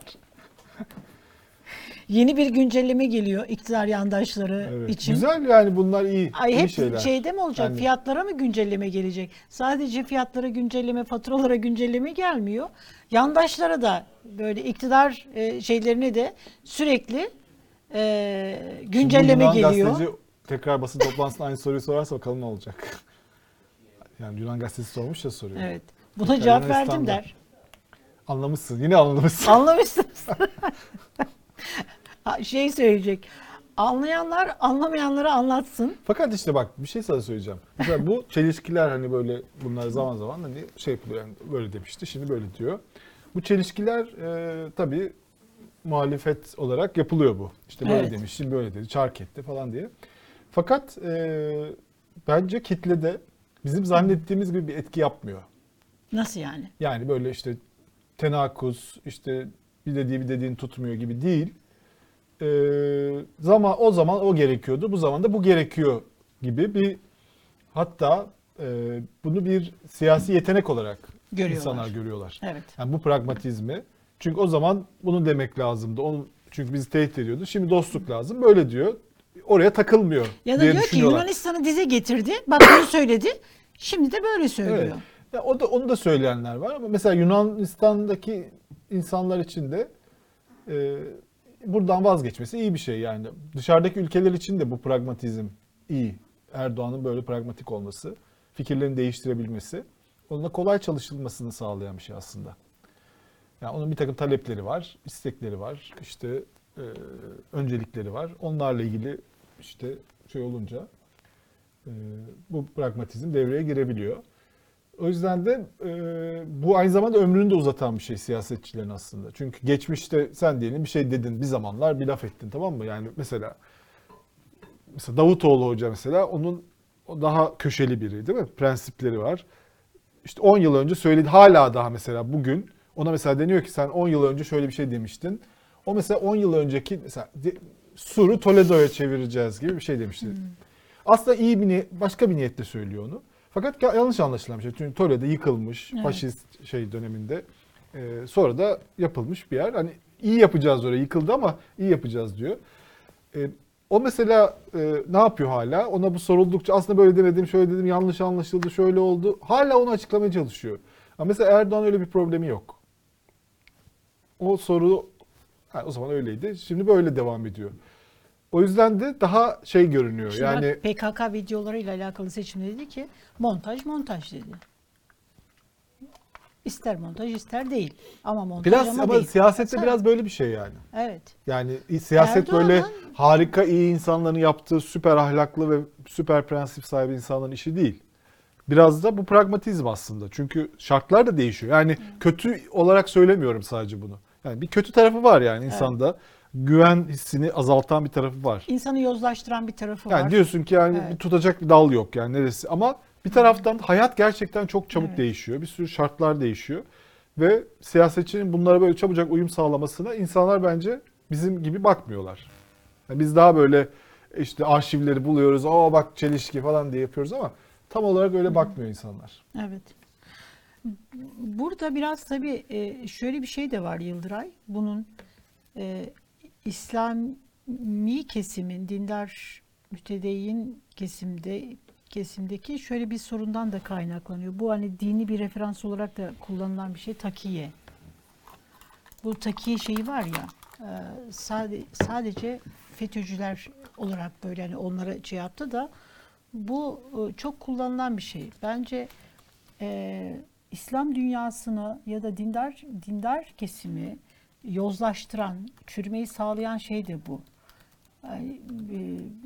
Yeni bir güncelleme geliyor iktidar yandaşları Evet. için. Güzel yani bunlar iyi. Ay iyi hep şeyler. şeyde mi olacak? Yani- Fiyatlara mı güncelleme gelecek? Sadece fiyatlara güncelleme, faturalara güncelleme gelmiyor. Yandaşlara da böyle iktidar e, şeylerine de sürekli e, güncelleme Şimdi Yunan geliyor. gazeteci tekrar basın toplantısında aynı soruyu sorarsa bakalım ne olacak. Yani Yunan gazetesi sormuş ya soruyu. Evet. Buna Tekrar cevap Yunanistan'da. verdim der. Anlamışsın. Yine anlamışsın. Anlamışsınız. Ha, şey söyleyecek. Anlayanlar anlamayanlara anlatsın. Fakat işte bak bir şey sana söyleyeceğim. Mesela bu çelişkiler hani böyle bunlar zaman zaman hani şey yapılıyor yani böyle demişti şimdi böyle diyor. Bu çelişkiler e, tabii muhalefet olarak yapılıyor bu. İşte böyle Evet. demiş şimdi böyle dedi çark etti falan diye. Fakat e, bence kitlede bizim zannettiğimiz gibi bir etki yapmıyor. Nasıl yani? Yani böyle işte tenakuz işte bir dediği bir dediğini tutmuyor gibi değil. Ee, zaman o zaman o gerekiyordu. Bu zaman da bu gerekiyor gibi bir hatta e, bunu bir siyasi yetenek olarak Görüyorlar. insanlar görüyorlar. Evet. Yani bu pragmatizmi. Çünkü o zaman bunu demek lazımdı. Onu çünkü bizi tehdit ediyordu. Şimdi dostluk lazım. Böyle diyor. Oraya takılmıyor Ya da diye diyor ki düşünüyorlar. Yunanistan'ı dize getirdi. Bak bunu söyledi. Şimdi de böyle söylüyor. Evet. Ya o da onu da söyleyenler var ama mesela Yunanistan'daki insanlar için de e, buradan vazgeçmesi iyi bir şey yani. Dışarıdaki ülkeler için de bu pragmatizm iyi. Erdoğan'ın böyle pragmatik olması, fikirlerini değiştirebilmesi, onunla kolay çalışılmasını sağlayan bir şey aslında. Yani onun bir takım talepleri var, istekleri var, işte e, öncelikleri var. Onlarla ilgili işte şey olunca e, bu pragmatizm devreye girebiliyor. O yüzden de e, bu aynı zamanda ömrünü de uzatan bir şey siyasetçilerin aslında. Çünkü geçmişte sen diyelim bir şey dedin, bir zamanlar bir laf ettin, tamam mı? Yani mesela mesela Davutoğlu Hoca mesela onun o daha köşeli biri değil mi? Prensipleri var. İşte on yıl önce söyledi, hala daha mesela bugün ona mesela deniyor ki sen on yıl önce şöyle bir şey demiştin. O mesela on yıl önceki mesela Sur'u Toledo'ya çevireceğiz gibi bir şey demişti. Hmm. Aslında iyi bir niyet, başka bir niyetle söylüyor onu. Fakat yanlış anlaşılan bir şey. Çünkü Toledo yıkılmış evet. faşist şey döneminde. Ee, sonra da yapılmış bir yer. Hani iyi yapacağız oraya, yıkıldı ama iyi yapacağız diyor. Ee, o mesela e, ne yapıyor hala? Ona bu soruldukça aslında böyle demedim, şöyle dedim, yanlış anlaşıldı, şöyle oldu. Hala onu açıklamaya çalışıyor. Ama mesela Erdoğan öyle bir problemi yok. O soru yani o zaman öyleydi. Şimdi böyle devam ediyor. O yüzden de daha şey görünüyor. Şimdi yani bak, P K K videolarıyla alakalı seçimde dedi ki montaj montaj dedi. İster montaj ister değil. Ama montaj biraz ama, ama değil. siyasette Baksana. biraz böyle bir şey yani. Evet. Yani siyaset Erdoğan'ın- böyle harika iyi insanların yaptığı süper ahlaklı ve süper prensip sahibi insanların işi değil. Biraz da bu pragmatizm aslında. Çünkü şartlar da değişiyor. Yani kötü olarak söylemiyorum sadece bunu. Yani bir kötü tarafı var yani insanda. Güven hissini azaltan bir tarafı var. İnsanı yozlaştıran bir tarafı Yani var. diyorsun ki yani Evet. bir tutacak bir dal yok yani neresi. Ama bir taraftan hayat gerçekten çok çabuk Evet. değişiyor. Bir sürü şartlar değişiyor. Ve siyasetçinin bunlara böyle çabucak uyum sağlamasına insanlar bence bizim gibi bakmıyorlar. Yani biz daha böyle işte arşivleri buluyoruz. Aa bak çelişki falan diye yapıyoruz ama tam olarak öyle bakmıyor insanlar. Evet. Burada biraz tabii e, şöyle bir şey de var Yıldıray. Bunun e, İslami kesimin, dindar mütedeyyin kesimde kesimdeki şöyle bir sorundan da kaynaklanıyor. Bu hani dini bir referans olarak da kullanılan bir şey takiye. Bu takiye şeyi var ya, e, sade, sadece FETÖ'cüler olarak böyle hani onlara şey yaptı da bu e, çok kullanılan bir şey. Bence e, İslam dünyasını ya da dindar dindar kesimi yozlaştıran, çürümeyi sağlayan şey de bu. Yani, e,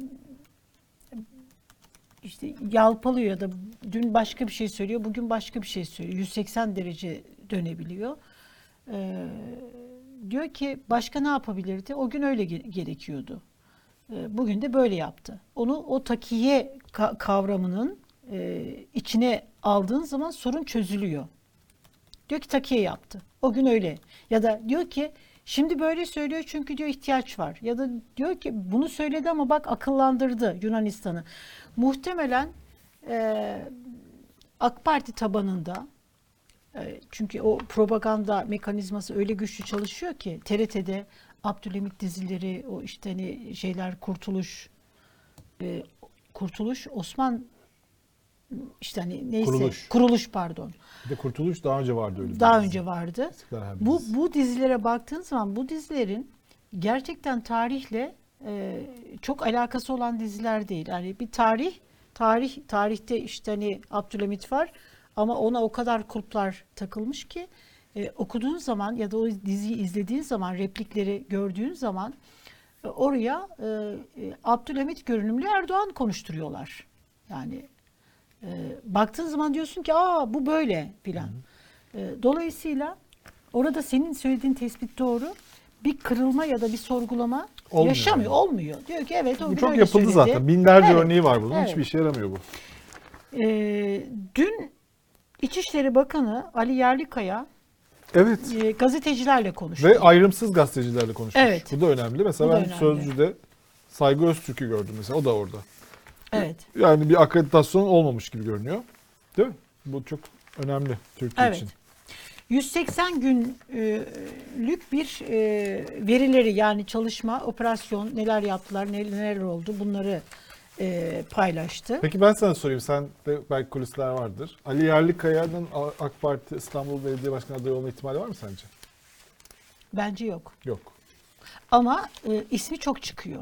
işte yalpalıyor ya da dün başka bir şey söylüyor, bugün başka bir şey söylüyor. yüz seksen derece dönebiliyor. Ee, diyor ki başka ne yapabilirdi? O gün öyle ge- gerekiyordu. Ee, bugün de böyle yaptı. Onu o takiye ka- kavramının e, içine aldığın zaman sorun çözülüyor. Diyor ki takiye yaptı. O gün öyle. Ya da diyor ki şimdi böyle söylüyor çünkü diyor ihtiyaç var. Ya da diyor ki bunu söyledi ama bak akıllandırdı Yunanistan'ı. Muhtemelen e, AK Parti tabanında e, çünkü o propaganda mekanizması öyle güçlü çalışıyor ki T R T'de Abdülhamit dizileri, o işte hani şeyler Kurtuluş e, Kurtuluş Osman işte hani neyse Kuruluş. kuruluş pardon. Bir de Kurtuluş daha önce vardı öyle bir Daha dizi. önce vardı. İstiklal Harbi Bu dizisi. bu dizilere baktığın zaman bu dizilerin gerçekten tarihle e, çok alakası olan diziler değil. Yani bir tarih, tarih tarihte işte hani Abdülhamit var ama ona o kadar kulplar takılmış ki e, okuduğun zaman ya da o diziyi izlediğin zaman replikleri gördüğün zaman e, oraya e, e, Abdülhamit görünümlü Erdoğan konuşturuyorlar. Yani e, baktığın zaman diyorsun ki aa bu böyle filan. E, dolayısıyla orada senin söylediğin tespit doğru. Bir kırılma ya da bir sorgulama Olmuyor yaşamıyor, yani. olmuyor. Diyor ki evet o Bu gün çok öyle yapıldı söyledi. zaten. Binlerce Evet, örneği var bunun. evet. Hiçbir işe yaramıyor bu. E, dün İçişleri Bakanı Ali Yerlikaya Evet. e, gazetecilerle konuştu. Ve ayrımsız gazetecilerle konuşmuş. Evet. Bu da önemli. Mesela Bu da ben önemli. Sözcü'de Saygı Öztürk'ü gördüm mesela. O da orada. Evet. Yani bir akreditasyon olmamış gibi görünüyor. Değil mi? Bu çok önemli Türkiye Evet. için. yüz seksen günlük bir e, verileri yani çalışma, operasyon, neler yaptılar, neler oldu bunları e, paylaştı. Peki ben sana sorayım. Sen de belki kulisler vardır. Ali Yerlikaya'nın AK Parti İstanbul Belediye Başkanı adayı olma ihtimali var mı sence? Bence yok. Yok. Ama e, ismi çok çıkıyor.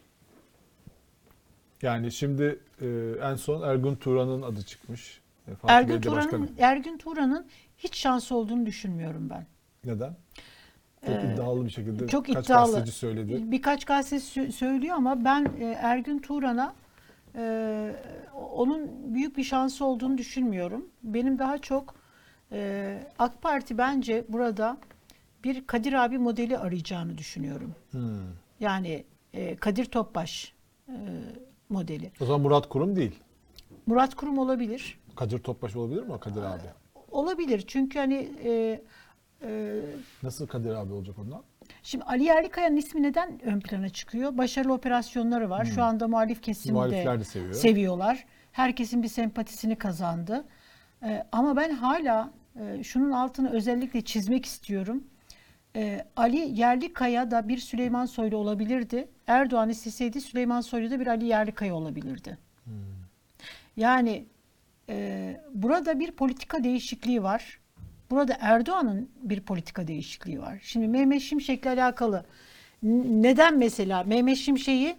Yani şimdi e, en son Ergun Turan'ın adı çıkmış. E, Fatih Ergün Belediye Başkanı. Turan'ın Ergün Turan'ın hiç şansı olduğunu düşünmüyorum ben. Neden? Çok Ee, iddialı bir şekilde Çok kaç iddialı. gazeteci söyledi. Birkaç gazeteci sö- söylüyor ama ben e, Ergün Turan'a e, onun büyük bir şansı olduğunu düşünmüyorum. Benim daha çok e, AK Parti bence burada bir Kadir abi modeli arayacağını düşünüyorum. Hmm. Yani e, Kadir Topbaş e, modeli. O zaman Murat Kurum değil. Murat Kurum olabilir. Kadir Topbaş olabilir mi o Kadir abi? Olabilir çünkü hani e, e, Nasıl Kadir abi olacak ondan? şimdi Ali Yerlikaya'nın ismi neden ön plana çıkıyor? Başarılı operasyonları var. Şu anda muhalif kesim Muhalifler de de seviyor. seviyorlar. Herkesin bir sempatisini kazandı. Ee, ama ben hala e, şunun altını özellikle çizmek istiyorum. Ee, Ali Yerlikaya da bir Süleyman Soylu olabilirdi. Erdoğan isteseydi Süleyman Soylu da bir Ali Yerlikaya olabilirdi. Yani e, burada bir politika değişikliği var. Burada Erdoğan'ın bir politika değişikliği var. Şimdi Mehmet Şimşek'le alakalı n- neden mesela Mehmet Şimşek'i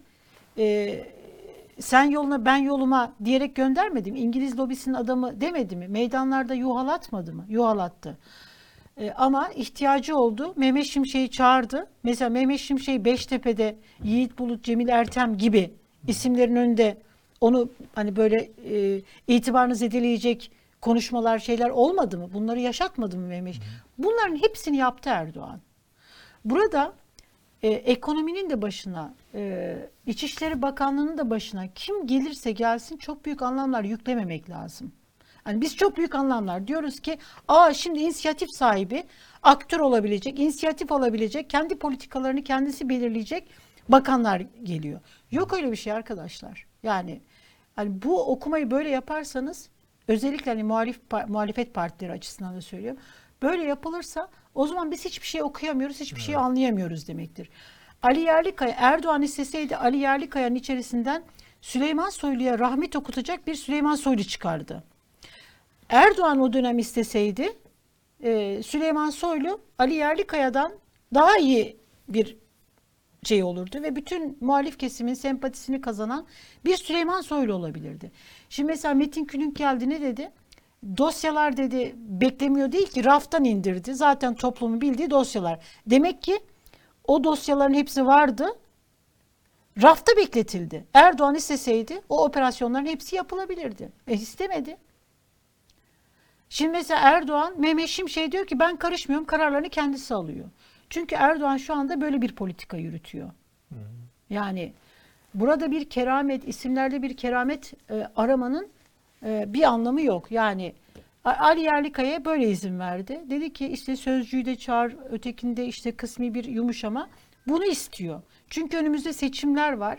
e, sen yoluna ben yoluma diyerek göndermedi mi? İngiliz lobisinin adamı demedi mi? Meydanlarda yuhalatmadı mı? Yuhalattı. E, ama ihtiyacı oldu. Mehmet Şimşek'i çağırdı. Mesela Mehmet Şimşek Beştepe'de Yiğit Bulut, Cemil Ertem gibi isimlerin önünde onu hani böyle e, itibarını zedeleyecek konuşmalar, şeyler olmadı mı? Bunları yaşatmadı mı Mehmet? Bunların hepsini yaptı Erdoğan. Burada e, ekonominin de başına, e, İçişleri Bakanlığı'nın da başına kim gelirse gelsin çok büyük anlamlar yüklememek lazım. Yani biz çok büyük anlamlar diyoruz ki, aa şimdi inisiyatif sahibi, aktör olabilecek, inisiyatif alabilecek, kendi politikalarını kendisi belirleyecek bakanlar geliyor. Yok öyle bir şey arkadaşlar. Yani hani bu okumayı böyle yaparsanız, özellikle hani muhalif muhalefet partileri açısından da söylüyorum. Böyle yapılırsa o zaman biz hiçbir şey okuyamıyoruz, hiçbir şey anlayamıyoruz demektir. Ali Yerlikaya, Erdoğan isteseydi Ali Yerlikaya'nın içerisinden Süleyman Soylu'ya rahmet okutacak bir Süleyman Soylu çıkardı. Erdoğan o dönem isteseydi e, Süleyman Soylu Ali Yerlikaya'dan daha iyi bir şey olurdu ve bütün muhalif kesimin sempatisini kazanan bir Süleyman Soylu olabilirdi. Şimdi mesela Metin Külünk geldi, ne dedi? Dosyalar dedi beklemiyor değil ki, raftan indirdi. Zaten toplumun bildiği dosyalar. Demek ki o dosyaların hepsi vardı. Rafta bekletildi. Erdoğan isteseydi o operasyonların hepsi yapılabilirdi. E istemedi. Şimdi mesela Erdoğan, Mehmet Şimşek diyor ki ben karışmıyorum, kararlarını kendisi alıyor. Çünkü Erdoğan şu anda böyle bir politika yürütüyor. Hı. Yani burada bir keramet, isimlerde bir keramet e, aramanın e, bir anlamı yok. Yani Ali Yerlikaya'ya böyle izin verdi. Dedi ki işte sözcüyü de çağır, ötekinde işte kısmi bir yumuşama. Bunu istiyor. Çünkü önümüzde seçimler var.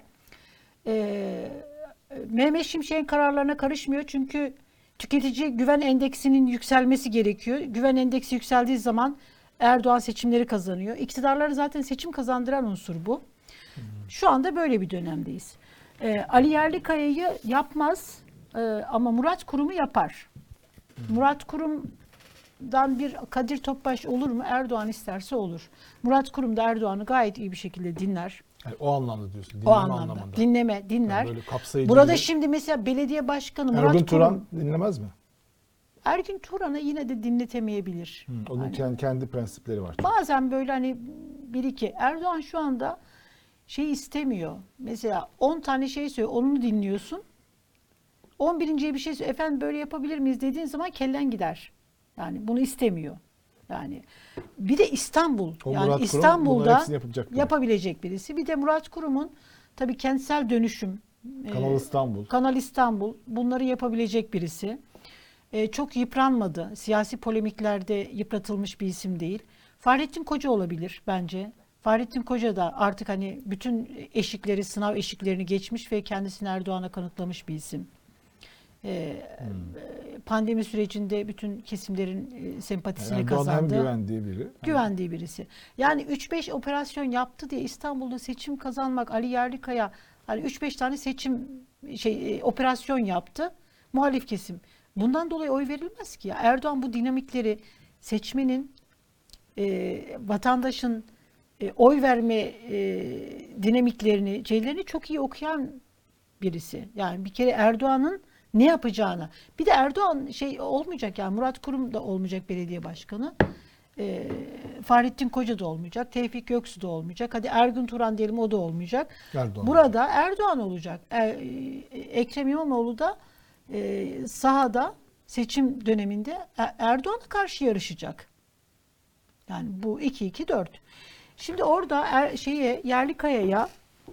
E, Mehmet Şimşek'in kararlarına karışmıyor. Çünkü tüketici güven endeksinin yükselmesi gerekiyor. Güven endeksi yükseldiği zaman Erdoğan seçimleri kazanıyor. İktidarları zaten seçim kazandıran unsur bu. Hmm. Şu anda böyle bir dönemdeyiz. Ee, Ali Yerlikaya'yı yapmaz ee, ama Murat Kurum'u yapar. Hmm. Murat Kurum'dan bir Kadir Topbaş olur mu? Erdoğan isterse olur. Murat Kurum da Erdoğan'ı gayet iyi bir şekilde dinler. Yani o anlamda diyorsun. Dinleme o anlamda. Anlamında. Dinleme, dinler. Yani burada gibi. Şimdi mesela belediye başkanı Murat Kurum. Ergun Turan dinlemez mi? Ergun Turan'ı yine de dinletemeyebilir. Hı, onun yani, kendi prensipleri var. Çünkü. Bazen böyle hani bir iki. Erdoğan şu anda şey istemiyor. Mesela on tane şey söylüyor. Onu dinliyorsun. on birinciye bir şey söylüyor. Efendim böyle yapabilir miyiz dediğin zaman kellen gider. Yani bunu istemiyor. Yani bir de İstanbul. O yani Murat İstanbul'da yapabilecek birisi. Bir de Murat Kurum'un tabii kentsel dönüşüm, Kanal İstanbul. E, Kanal İstanbul bunları yapabilecek birisi. E, çok yıpranmadı. Siyasi polemiklerde yıpratılmış bir isim değil. Fahrettin Koca olabilir bence. Fahrettin Koca da artık hani bütün eşikleri, sınav eşiklerini geçmiş ve kendisini Erdoğan'a kanıtlamış bir isim. E, hmm. Pandemi sürecinde bütün kesimlerin e, sempatisini yani kazandı. Hem güvendiği biri. Güvendiği birisi. Yani üç beş operasyon yaptı diye İstanbul'da seçim kazanmak, Ali Yerlikaya hani üç beş tane seçim şey e, operasyon yaptı. Muhalif kesim. Bundan dolayı oy verilmez ki. Ya. Erdoğan bu dinamikleri, seçmenin, e, vatandaşın e, oy verme e, dinamiklerini, şeylerini çok iyi okuyan birisi. Yani bir kere Erdoğan'ın ne yapacağını. Bir de Erdoğan şey olmayacak yani Murat Kurum da olmayacak belediye başkanı. E, Fahrettin Koca da olmayacak. Tevfik Göksu da olmayacak. Hadi Ergun Turan diyelim, o da olmayacak. Erdoğan Burada olacak. Erdoğan olacak. E, Ekrem İmamoğlu da e, sahada seçim döneminde Erdoğan'a karşı yarışacak. Yani bu iki iki dört. Şimdi orada er, şeye Yerlikaya'ya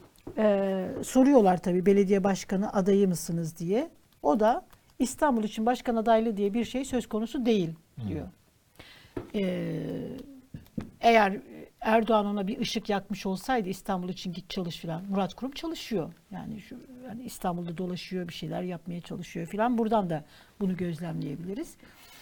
e, soruyorlar tabii belediye başkanı adayı mısınız diye. O da İstanbul için başkan adaylığı diye bir şey söz konusu değil diyor. Hmm. E, eğer Erdoğan ona bir ışık yakmış olsaydı İstanbul için git çalış filan. Murat Kurum çalışıyor. Yani şu yani İstanbul'da dolaşıyor, bir şeyler yapmaya çalışıyor filan. Buradan da bunu gözlemleyebiliriz.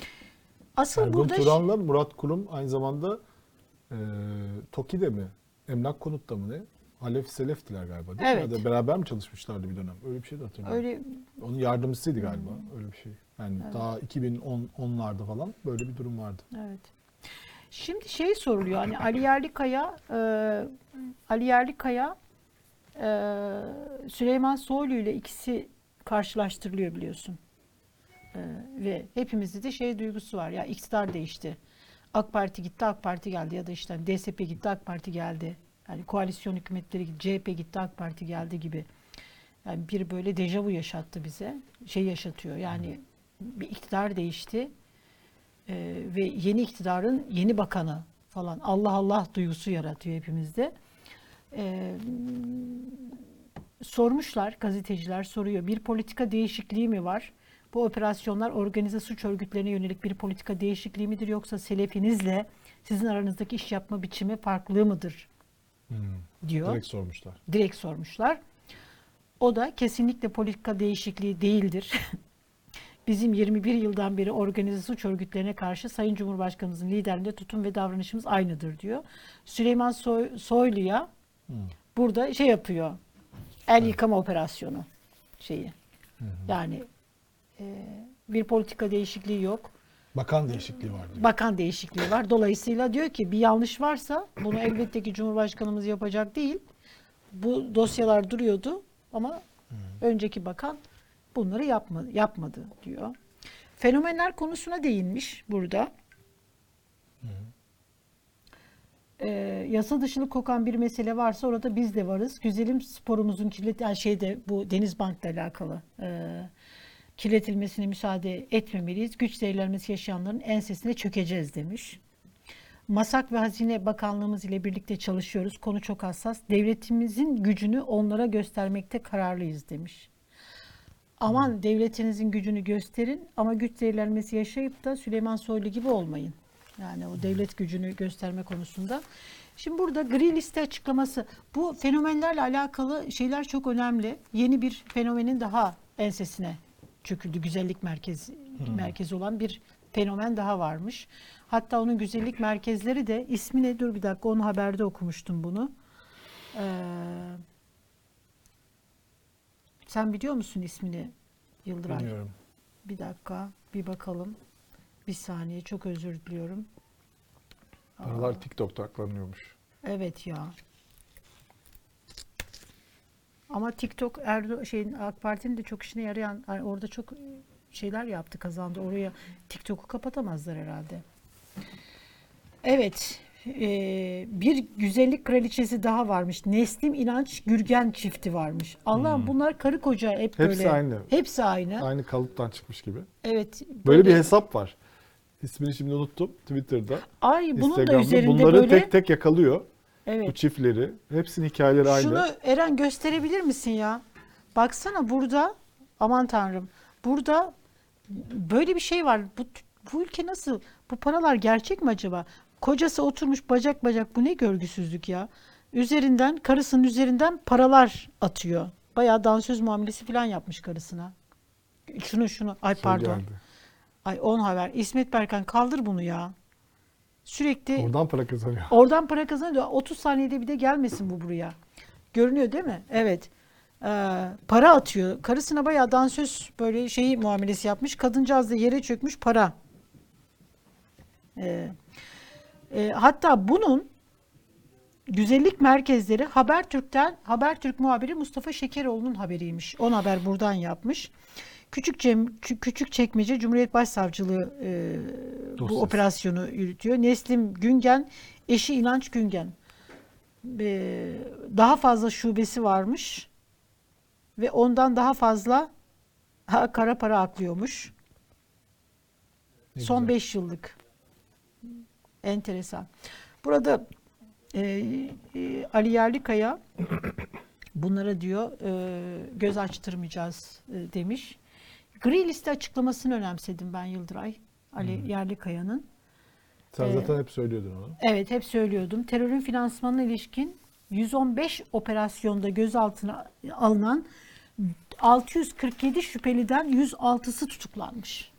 Asıl Ergun burada Turan'la Murat Kurum aynı zamanda e, TOKİ'de mi? Emlak Konut'ta mı ne? Halef Selef'tiler galiba değil evet. mi? Ya da beraber mi çalışmışlardı bir dönem? Öyle bir şey de hatırlıyorum. Öyle... Onun yardımcısıydı galiba. Hmm. Öyle bir şey. Yani evet. Daha iki bin onlarda falan böyle bir durum vardı. Evet. Şimdi şey soruluyor hani Ali Yerlikaya e, Ali Yerlikaya e, Süleyman Soylu ile ikisi karşılaştırılıyor biliyorsun. Ee, ve hepimizde de şey duygusu var. Ya iktidar değişti. AK Parti gitti, AK Parti geldi ya da işte D S P gitti, AK Parti geldi. Yani koalisyon hükümetleri gitti, C H P gitti, AK Parti geldi gibi. Yani bir böyle dejavu yaşattı bize. Şey yaşatıyor. Yani bir iktidar değişti. Ee, ve yeni iktidarın yeni bakanı falan Allah Allah duygusu yaratıyor hepimizde. Ee, sormuşlar, gazeteciler soruyor. Bir politika değişikliği mi var? Bu operasyonlar organize suç örgütlerine yönelik bir politika değişikliği midir yoksa selefinizle sizin aranızdaki iş yapma biçimi farklı mıdır? Hmm. Diyor. Direkt sormuşlar. Direkt sormuşlar. O da kesinlikle politika değişikliği değildir. Bizim yirmi bir yıldan beri organize suç örgütlerine karşı Sayın Cumhurbaşkanımızın liderliğinde tutum ve davranışımız aynıdır diyor. Süleyman Soy, Soylu'ya hmm. burada şey yapıyor. El yıkama operasyonu şeyi. Hı hı. Yani e, bir politika değişikliği yok. Bakan değişikliği var diyor. Bakan değişikliği var. Dolayısıyla diyor ki bir yanlış varsa bunu elbette ki Cumhurbaşkanımız yapacak değil. Bu dosyalar duruyordu ama hı. önceki bakan bunları yapma, yapmadı diyor. Fenomenler konusuna değinmiş burada. Hı. Ee, yasa dışılık kokan bir mesele varsa orada biz de varız. Güzelim sporumuzun kirlet yani şeyde bu Denizbank'la alakalı e, kirletilmesine müsaade etmemeliyiz. Güç zehirlenmesi yaşayanların ensesine çökeceğiz demiş. Masak ve Hazine Bakanlığımız ile birlikte çalışıyoruz. Konu çok hassas. Devletimizin gücünü onlara göstermekte kararlıyız demiş. Aman hmm. devletinizin gücünü gösterin ama güç zehirlenmesi yaşayıp da Süleyman Soylu gibi olmayın. Yani o devlet gücünü gösterme konusunda. Şimdi burada gri liste açıklaması. Bu fenomenlerle alakalı şeyler çok önemli. Yeni bir fenomenin daha ensesine çöküldü. Güzellik merkezi, hmm. merkezi olan bir fenomen daha varmış. Hatta onun güzellik merkezleri de ismi ne? Dur bir dakika, onu haberde okumuştum bunu. Ee, sen biliyor musun ismini Yıldıray? Bilmiyorum. Bir dakika bir bakalım. Bir saniye, çok özür diliyorum. Paralar Aa. TikTok'ta aklanıyormuş. Evet ya. Ama TikTok Erdo şeyin AK Parti'nin de çok işine yarayan, yani orada çok şeyler yaptı, kazandı. Oraya TikTok'u kapatamazlar herhalde. Evet. E, bir güzellik kraliçesi daha varmış. Neslim İnanç Gürgen çifti varmış. Allah'ım hmm. bunlar karı koca hep Hepsi böyle. Hepsi aynı. Hepsi aynı. Aynı kalıptan çıkmış gibi. Evet. Böyle, böyle bir hesap var. İsmini şimdi unuttum. Twitter'da. Ay bunun da üzerinde bunları böyle. tek tek yakalıyor. Evet. Bu çiftleri. Hepsinin hikayeleri aynı. Şunu Eren gösterebilir misin ya? Baksana burada. Aman Tanrım. Burada böyle bir şey var. Bu, bu ülke nasıl? Bu paralar gerçek mi acaba? Kocası oturmuş bacak bacak. Bu ne görgüsüzlük ya? Üzerinden, karısının üzerinden paralar atıyor. Bayağı dansöz muamelesi falan yapmış karısına. Şunu şunu. Ay şey pardon. Geldi. Ay on haber. İsmet Berkan kaldır bunu ya. Sürekli. Oradan para kazanıyor. Oradan para kazanıyor. otuz saniyede bir de gelmesin bu buraya. Görünüyor değil mi? Evet. Ee, para atıyor. Karısına bayağı dansöz böyle şeyi muamelesi yapmış. Kadıncağız da yere çökmüş para. Ee, e, hatta bunun güzellik merkezleri Habertürk'ten, Habertürk muhabiri Mustafa Şekeroğlu'nun haberiymiş. On haber buradan yapmış. Küçükçe, Küçükçekmece Cumhuriyet Başsavcılığı e, bu operasyonu yürütüyor. Neslim Güngen, eşi İnanç Güngen. E, daha fazla şubesi varmış ve ondan daha fazla ha, kara para aklıyormuş. Ne Son beş yıllık. Enteresan. Burada e, e, Ali Yerlikaya bunlara diyor e, göz açtırmayacağız e, demiş. Gri liste açıklamasını önemsedim ben Yıldıray. Ali hmm. Yerlikaya'nın. Sen zaten ee, hep söylüyordun onu. Evet, hep söylüyordum. Terörün finansmanına ilişkin yüz on beş operasyonda gözaltına alınan altı yüz kırk yedi şüpheliden yüz altısı tutuklanmış.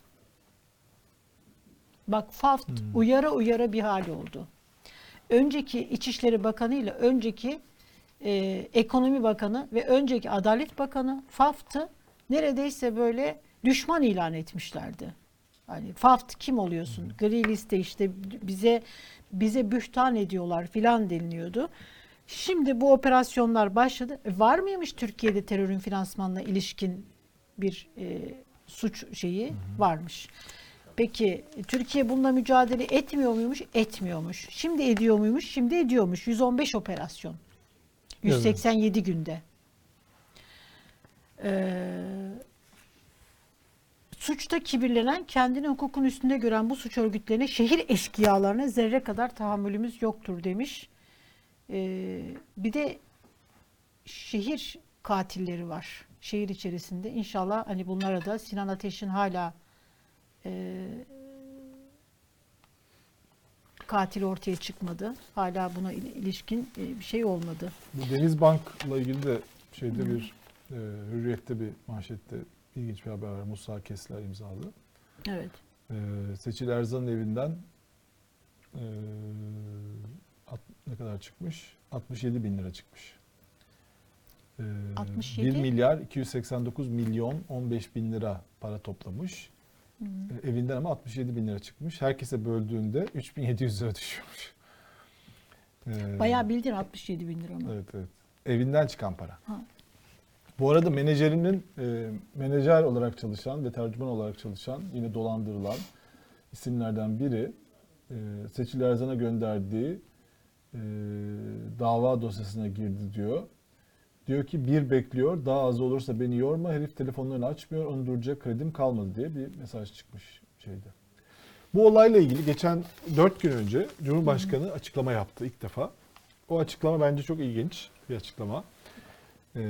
Bak F A F hmm. uyara uyara bir hal oldu. Önceki İçişleri Bakanı ile önceki e, Ekonomi Bakanı ve önceki Adalet Bakanı F A F'tı neredeyse böyle düşman ilan etmişlerdi. Hani F A F kim oluyorsun? Gri liste işte bize bize bühtan ediyorlar filan deniliyordu. Şimdi bu operasyonlar başladı. E, Var mıymış Türkiye'de terörün finansmanına ilişkin bir e, suç şeyi? Varmış. Peki Türkiye bununla mücadele etmiyor muymuş? Etmiyormuş. Şimdi ediyor muymuş? Şimdi ediyormuş. yüz on beş operasyon. yüz seksen yedi günde. Ee, suçta kibirlenen, kendini hukukun üstünde gören bu suç örgütlerine, şehir eşkıyalarına zerre kadar tahammülümüz yoktur demiş. Ee, bir de şehir katilleri var şehir içerisinde. İnşallah hani bunlara da Sinan Ateş'in hala e, katil ortaya çıkmadı. Hala buna il- ilişkin e, bir şey olmadı. Bu Denizbank'la ilgili de şeyde bir e, Hürriyet'te bir manşette ilginç bir haber var. Musa Kesler imzalı. Evet. E, Seçil Erzan'ın evinden e, at, ne kadar çıkmış? altmış yedi bin lira çıkmış. E, altmış yedi? bir milyar iki yüz seksen dokuz milyon on beş bin lira para toplamış. E, evinden ama altmış yedi bin lira çıkmış. Herkese böldüğünde üç bin yedi yüz lira düşüyormuş. E, Bayağı bildiğin altmış yedi bin lira mı? Evet, evet. Evinden çıkan para. Ha. Bu arada menajerinin e, menajer olarak çalışan ve tercüman olarak çalışan, yine dolandırılan isimlerden biri e, Seçil Erzan'a gönderdiği e, dava dosyasına girdi diyor. Diyor ki bir bekliyor, daha az olursa beni yorma, herif telefonlarını açmıyor, onu duracak kredim kalmadı diye bir mesaj çıkmış şeyde. Bu olayla ilgili geçen dört gün önce Cumhurbaşkanı açıklama yaptı ilk defa. O açıklama bence çok ilginç bir açıklama. Ee,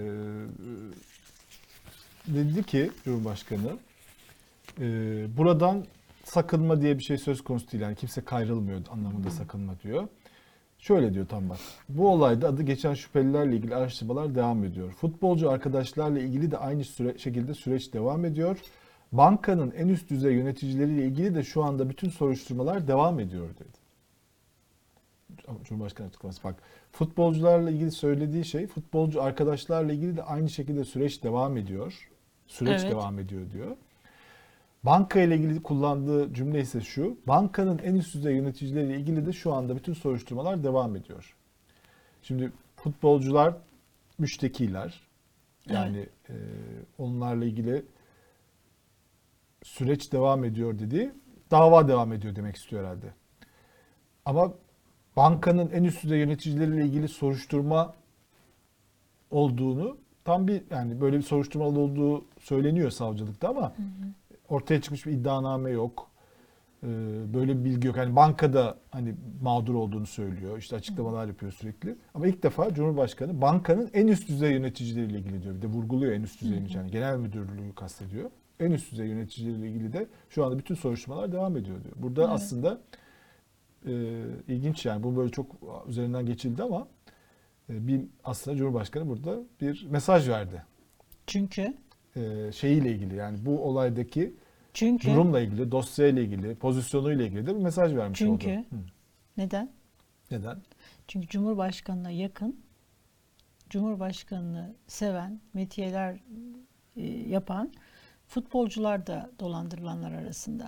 dedi ki Cumhurbaşkanı, e, buradan sakınma diye bir şey söz konusu değil. Yani kimse kayrılmıyor anlamında sakınma diyor. Şöyle diyor tam bak. Bu olayda adı geçen şüphelilerle ilgili araştırmalar devam ediyor. Futbolcu arkadaşlarla ilgili de aynı süre, şekilde süreç devam ediyor. Bankanın en üst düzey yöneticileriyle ilgili de şu anda bütün soruşturmalar devam ediyor dedi. Cumhurbaşkanı açıklaması bak. Futbolcularla ilgili söylediği şey, futbolcu arkadaşlarla ilgili de aynı şekilde süreç devam ediyor. Süreç Evet. devam ediyor diyor. Banka ile ilgili kullandığı cümle ise şu. Bankanın en üst düzey yöneticileriyle ilgili de şu anda bütün soruşturmalar devam ediyor. Şimdi futbolcular müştekiler. Yani e, onlarla ilgili süreç devam ediyor dedi. Dava devam ediyor demek istiyor herhalde. Ama bankanın en üst düzey yöneticileriyle ilgili soruşturma olduğunu tam bir yani böyle bir soruşturma olduğu söyleniyor savcılıkta ama hı hı. ortaya çıkmış bir iddianame yok. Ee, böyle bir bilgi yok. Yani bankada hani mağdur olduğunu söylüyor. İşte açıklamalar yapıyor sürekli. Ama ilk defa Cumhurbaşkanı bankanın en üst düzey yöneticileriyle ilgili diyor. Bir de vurguluyor en üst düzey yönetici. Yani genel müdürlüğü kastediyor. En üst düzey yöneticileriyle ilgili de şu anda bütün soruşturmalar devam ediyor diyor. Burada evet. aslında e, ilginç yani bu böyle çok üzerinden geçildi ama e, bir aslında Cumhurbaşkanı burada bir mesaj verdi. Çünkü E, şeyiyle ilgili yani bu olaydaki Çünkü durumla ilgili, dosyayla ilgili, pozisyonuyla ilgili de bir mesaj vermiş Çünkü oldu. Hı. neden? Neden? Çünkü Cumhurbaşkanı'na yakın, Cumhurbaşkanı'nı seven, metiyeler e, yapan futbolcular da dolandırılanlar arasında.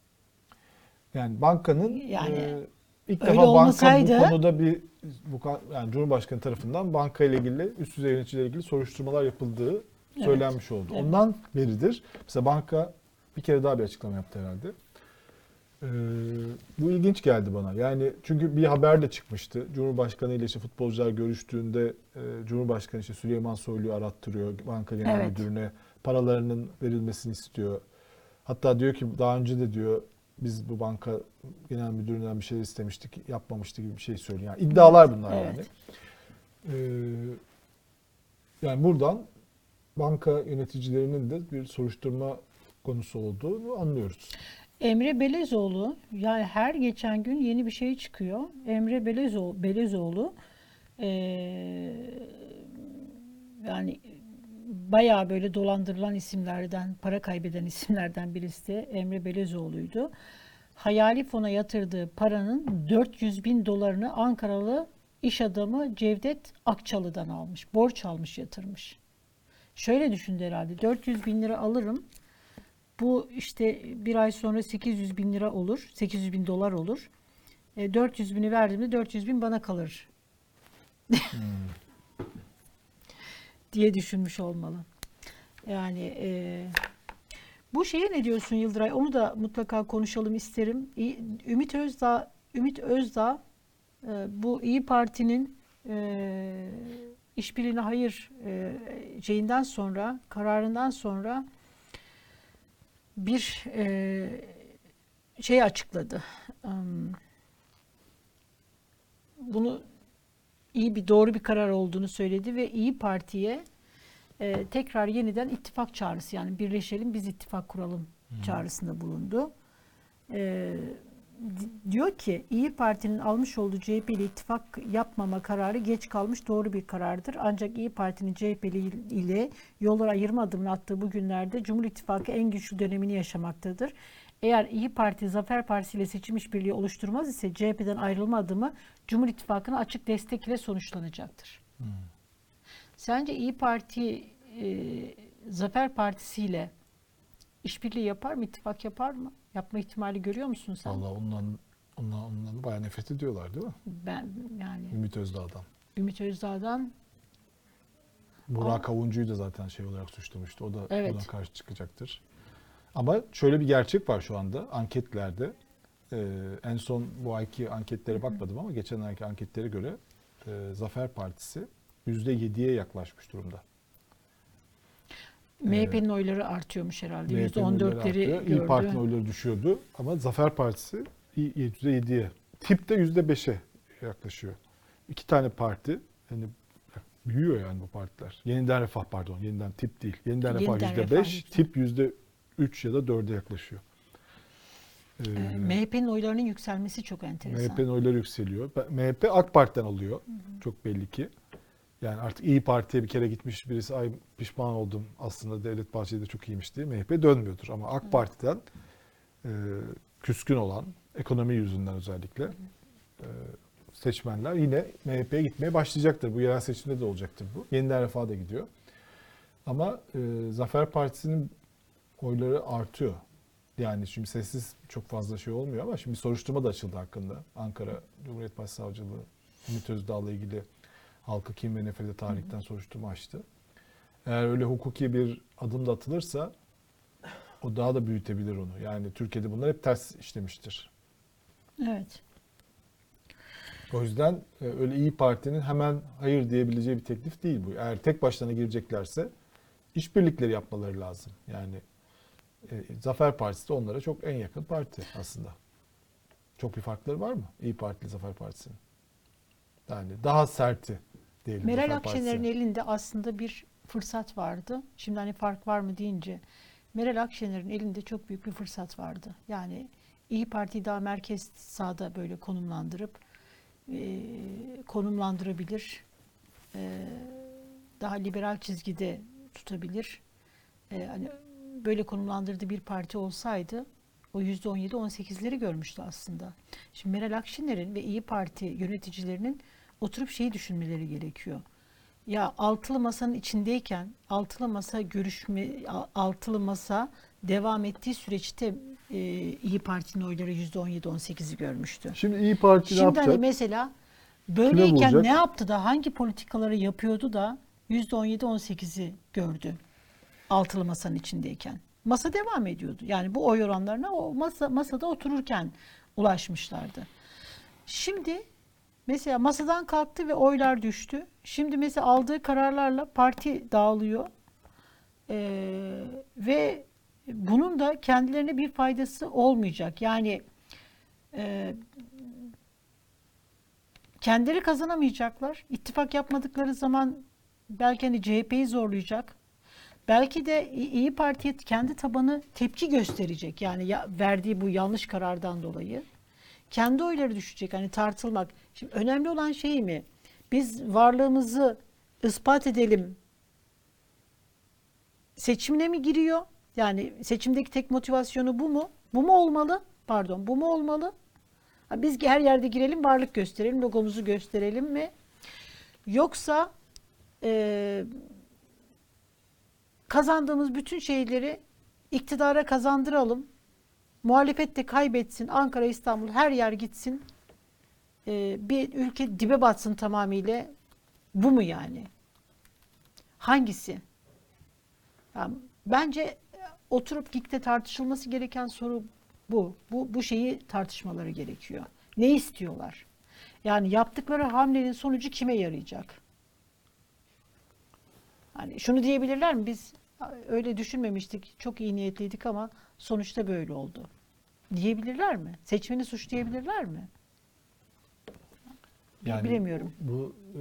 Yani bankanın Yani e, ilk öyle defa banka olmasaydı- bu konuda bir bu yani Cumhurbaşkanı tarafından banka ile ilgili üst düzey yöneticilerle ilgili soruşturmalar yapıldığı söylenmiş oldu. Evet. Ondan beridir mesela banka bir kere daha bir açıklama yaptı herhalde. Ee, bu ilginç geldi bana. Yani çünkü bir haber de çıkmıştı. Cumhurbaşkanı ile işte futbolcular görüştüğünde e, Cumhurbaşkanı işte Süleyman Soylu'yu arattırıyor. Banka Genel Evet. Müdürü'ne paralarının verilmesini istiyor. Hatta diyor ki daha önce de diyor biz bu banka genel müdüründen bir şey istemiştik, yapmamıştı gibi bir şey söylüyor. Yani iddialar bunlar Evet. yani. Ee, yani buradan banka yöneticilerinin de bir soruşturma konusu olduğunu anlıyoruz. Emre Belezoğlu, yani her geçen gün yeni bir şey çıkıyor. Emre Belezoğlu, Belezoğlu eee, yani bayağı böyle dolandırılan isimlerden, para kaybeden isimlerden birisi de Emre Belezoğlu'ydu. Hayali fona yatırdığı paranın dört yüz bin dolarını Ankaralı iş adamı Cevdet Akçalı'dan almış. Borç almış, yatırmış. Şöyle düşündü herhalde, dört yüz bin lira alırım. Bu işte bir ay sonra sekiz yüz bin lira olur, sekiz yüz bin dolar olur. E, dört yüz bini verdiğimde dört yüz bin bana kalır diye düşünmüş olmalı. Yani e, bu şeye ne diyorsun Yıldıray? Onu da mutlaka konuşalım isterim. İ- Ümit Özdağ, Ümit Özdağ e, bu İyi Parti'nin e, işbirliğine hayır e, şeyinden sonra, kararından sonra bir e, şey açıkladı. Um, bunu iyi bir doğru bir karar olduğunu söyledi ve İyi Parti'ye e, tekrar yeniden ittifak çağrısı, yani birleşelim biz ittifak kuralım çağrısında bulundu. E, di- diyor ki İyi Parti'nin almış olduğu C H P ile ittifak yapmama kararı geç kalmış doğru bir karardır. Ancak İyi Parti'nin C H P ile yollara ayırma adımını attığı bu günlerde Cumhur İttifakı en güçlü dönemini yaşamaktadır. Eğer İyi Parti Zafer Partisi ile seçim işbirliği oluşturmaz ise C H P'den ayrılma adımı Cumhur İttifakı'na açık destek ile sonuçlanacaktır. Hmm. Sence İyi Parti e, Zafer Partisi ile işbirliği yapar mı, ittifak yapar mı? Yapma ihtimali görüyor musun sen? Vallahi ondan, ondan, ondan bayağı nefret ediyorlar değil mi? Ben yani Ümit Özdağ'dan. Ümit Özdağ'dan Burak Kavuncu'yu da zaten şey olarak suçlamıştı. O da Evet. buna karşı çıkacaktır. Ama şöyle bir gerçek var şu anda anketlerde. Ee, en son bu ayki anketlere bakmadım ama geçen ayki anketlere göre e, Zafer Partisi yüzde yediye yaklaşmış durumda. M H P'nin oyları artıyormuş herhalde. M H yüzde P'nin on oyları dörtleri artıyor. gördü. İyi Parti'nin oyları düşüyordu ama Zafer Partisi yüzde yediye. Tip de yüzde beşe yaklaşıyor. İki tane parti, yani büyüyor yani bu partiler. Yeniden Refah pardon, yeniden Tip değil. Yeniden Refah Yeniden yüzde Refah, beş, yüzde- Tip yüzde üç ya da dörde yaklaşıyor. Ee, Ee, M H P'nin oylarının yükselmesi çok enteresan. M H P'nin oyları yükseliyor. M H P AK Parti'den alıyor. Hı hı. Çok belli ki. Yani artık İyi Parti'ye bir kere gitmiş birisi ay pişman oldum aslında Devlet Bahçeli de çok iyiymiş diye M H P dönmüyordur. Ama AK Parti'den e, küskün olan ekonomi yüzünden özellikle e, seçmenler yine M H P'ye gitmeye başlayacaktır. Bu yerel seçimde de olacaktır bu. Yeniden Refah da gidiyor. Ama e, Zafer Partisi'nin oyları artıyor. Yani şimdi sessiz çok fazla şey olmuyor ama şimdi soruşturma da açıldı hakkında. Ankara Cumhuriyet Başsavcılığı Ümit Özdağ'la ilgili halkı kim ve nefrete tarihten soruşturma açtı. Eğer öyle hukuki bir adım da atılırsa o daha da büyütebilir onu. Yani Türkiye'de bunlar hep ters işlemiştir. Evet. O yüzden öyle İyi Parti'nin hemen hayır diyebileceği bir teklif değil bu. Eğer tek başlarına gireceklerse işbirlikleri yapmaları lazım. Yani e, Zafer Partisi de onlara çok en yakın parti aslında. Çok bir farkları var mı İyi Parti ile Zafer Partisi'nin? Yani daha serti diyelim. Meral Zafer Akşener'in Partisi. elinde aslında bir fırsat vardı. Şimdi hani fark var mı deyince Meral Akşener'in elinde çok büyük bir fırsat vardı. Yani İyi Parti'yi daha merkez sağda böyle konumlandırıp e, konumlandırabilir. E, daha liberal çizgide tutabilir. E, hani böyle konumlandırdığı bir parti olsaydı o yüzde on yedi on sekizleri görmüştü aslında. Şimdi Meral Akşener'in ve İyi Parti yöneticilerinin oturup şeyi düşünmeleri gerekiyor. Ya altılı masanın içindeyken altılı masa görüşme altılı masa devam ettiği süreçte e, İyi Parti'nin oyları yüzde on yedi on sekizi görmüştü. Şimdi İyi Parti ne Şimdi yapacak? hani mesela böyleyken bulacak? ne yaptı da hangi politikaları yapıyordu da yüzde on yedi on sekizi gördü altılı masanın içindeyken. Masa devam ediyordu. Yani bu oy oranlarına o masa, masada otururken ulaşmışlardı. Şimdi mesela masadan kalktı ve oylar düştü. Şimdi mesela aldığı kararlarla parti dağılıyor. Ee, ve bunun da kendilerine bir faydası olmayacak. Yani e, kendileri kazanamayacaklar. İttifak yapmadıkları zaman belki hani C H P'yi zorlayacak. Belki de İyi Parti'ye kendi tabanı tepki gösterecek. Yani ya, verdiği bu yanlış karardan dolayı. Kendi oyları düşecek. Hani tartılmak. Şimdi önemli olan şey mi? Biz varlığımızı ispat edelim. Seçimine mi giriyor? Yani seçimdeki tek motivasyonu bu mu? Bu mu olmalı? Pardon, bu mu olmalı? Ha, biz her yerde girelim, varlık gösterelim, logomuzu gösterelim mi? Yoksa e, kazandığımız bütün şeyleri iktidara kazandıralım. Muhalefet de kaybetsin. Ankara, İstanbul her yer gitsin. Ee, bir ülke dibe batsın tamamıyla. Bu mu yani? Hangisi? Yani bence oturup gikte tartışılması gereken soru bu. Bu bu şeyi tartışmaları gerekiyor. Ne istiyorlar? Yani yaptıkları hamlenin sonucu kime yarayacak? Hani şunu diyebilirler mi? Biz öyle düşünmemiştik, çok iyi niyetliydik ama sonuçta böyle oldu. Diyebilirler mi? Seçmeni suçlayabilirler mi? Bilemiyorum. Bu e,